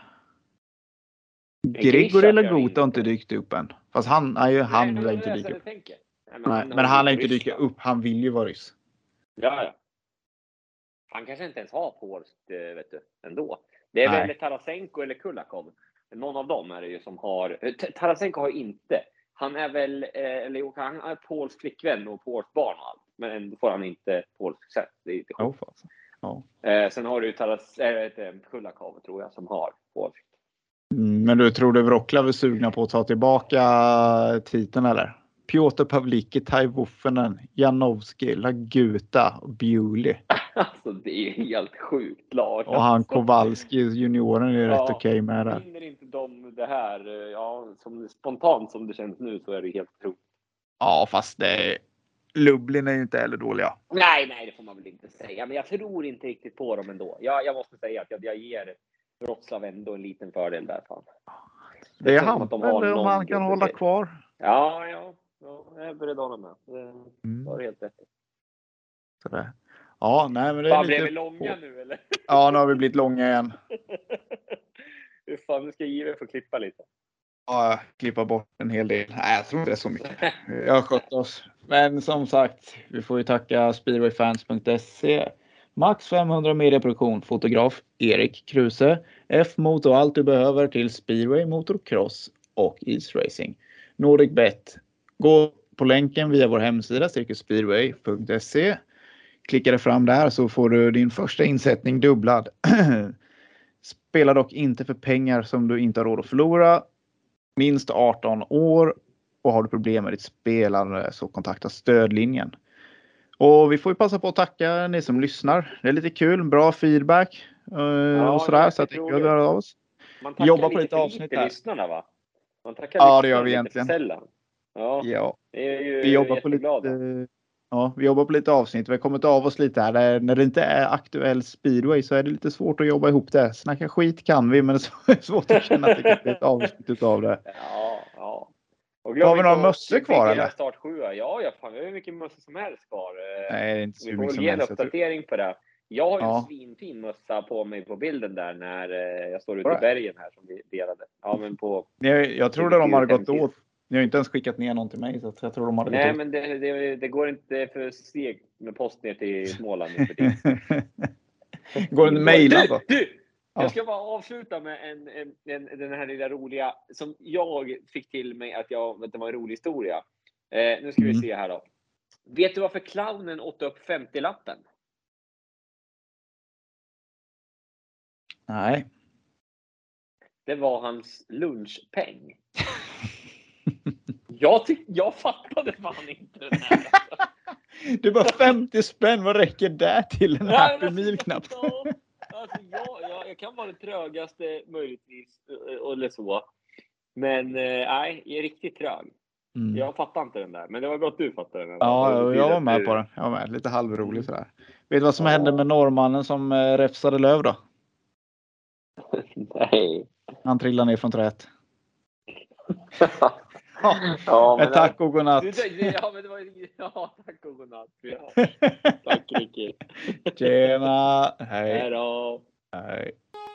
Grigori Lagota har inte dykt upp än. Fast han lär inte dyka upp. Men han lär inte dyka upp. Han vill ju vara ryss. Ja. Han kanske inte ens har polskt, vet du, ändå. Det är väl Tarasenko eller Kulakov. Någon av dem är det ju som har... Tarasenko har inte. Han är väl... han är polsk flickvän och polskt barn och allt. Men ändå får han inte polskt sätt. Det är lite sjukt. Sen har du ju Kulakov, tror jag, som har polskt. Men du tror Wroclaw är sugna på att ta tillbaka titeln, eller? Piotr Pavlicki, Tai Wuffenen, Janowski, Laguta och Bewley. Alltså det är helt sjukt lag. Och han Kowalski, junioren, är rätt okej med det. Vinner inte de det här, som spontant som det känns nu, så är det helt otroligt. Ja, fast Lublin är ju inte heller dåliga. Nej, det får man väl inte säga. Men jag tror inte riktigt på dem ändå. Jag måste säga att jag ger Wroclaw ändå en liten fördel där. Fan. Det är han, eller om han kan hålla kvar. Ja, jag är beredd att hålla med. Det var helt rätt. Sådär. Ja, nej, men det är blev vi långa nu, eller? Ja, nu har vi blivit långa igen. Hur fan, nu ska jag få klippa lite. Ja, klippa bort en hel del. Nej, jag tror inte det är så mycket. Jag har skött oss. Men som sagt, vi får ju tacka speedwayfans.se. Max 500 medieproduktion, fotograf Erik Kruse. F-motor, allt du behöver till speedway, motocross och isracing. Nordicbet. Gå på länken via vår hemsida circusspeedway.se. Klicka dig fram där så får du din första insättning dubblad. Spela dock inte för pengar som du inte har råd att förlora. Minst 18 år, och har du problem med ditt spelande så kontakta stödlinjen. Och vi får ju passa på att tacka ni som lyssnar. Det är lite kul, bra feedback och sådär. Så att vi hör av oss. Man tackar jobbar på lite lite för avsnitt lite här. lyssnarna, va? Man tackar Ja, det gör vi lite egentligen. för sällan. Ja. Det är ju Vi jobbar på jätteglada. vi jobbar på lite avsnitt. Vi har kommit av oss lite här. När det inte är aktuell speedway så är det lite svårt att jobba ihop det. Snacka skit kan vi, men det är svårt att känna att det kan bli ett avsnitt utav det. Ja. Och har vi några mössor kvar eller? Start 7. Ja, fan, vi har hur mycket mössor som helst kvar. Nej, det är inte så vi mycket får som ge en helst. uppdatering på det. Jag har ju en svinfin mössa på mig på bilden där när jag står ute i bergen här som vi delade. Ja, men på... Jag tror att de har gått åt. Ni har inte ens skickat ner någon till mig, så jag tror de har gått åt. Nej, men det går inte för seg med post ner till Småland. Går en mejla då? Jag ska bara avsluta med den här lilla roliga som jag fick till mig att det var en rolig historia. Nu ska vi se här då. Vet du varför clownen åt upp 50-lappen? Nej. Det var hans lunchpeng. Jag fattade fan inte den här. Det var 50 spänn, vad räcker det till en Happy Meal knappt? Alltså, jag kan vara det trögaste möjligtvis eller så. Men nej, jag är riktigt trög. Jag fattar inte den där. Men det var bra att du fattade den. Ja, jag var med på den. Jag var med. Lite halvrolig sådär. Vet du vad som hände med norrmannen som räfsade löv då? Nej. Han trillade ner från träet. Men tack och godnatt. Ja, men det var tack och godnatt. Ja. Tack Ricky. Tjena. Hej. Hej då. Hej.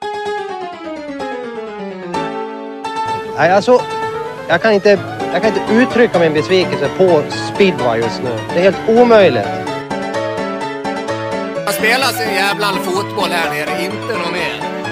Nej, alltså, jag kan inte uttrycka min besvikelse på speedway just nu. Det är helt omöjligt. Man spelar sin jävla fotboll här nere, inte något mer.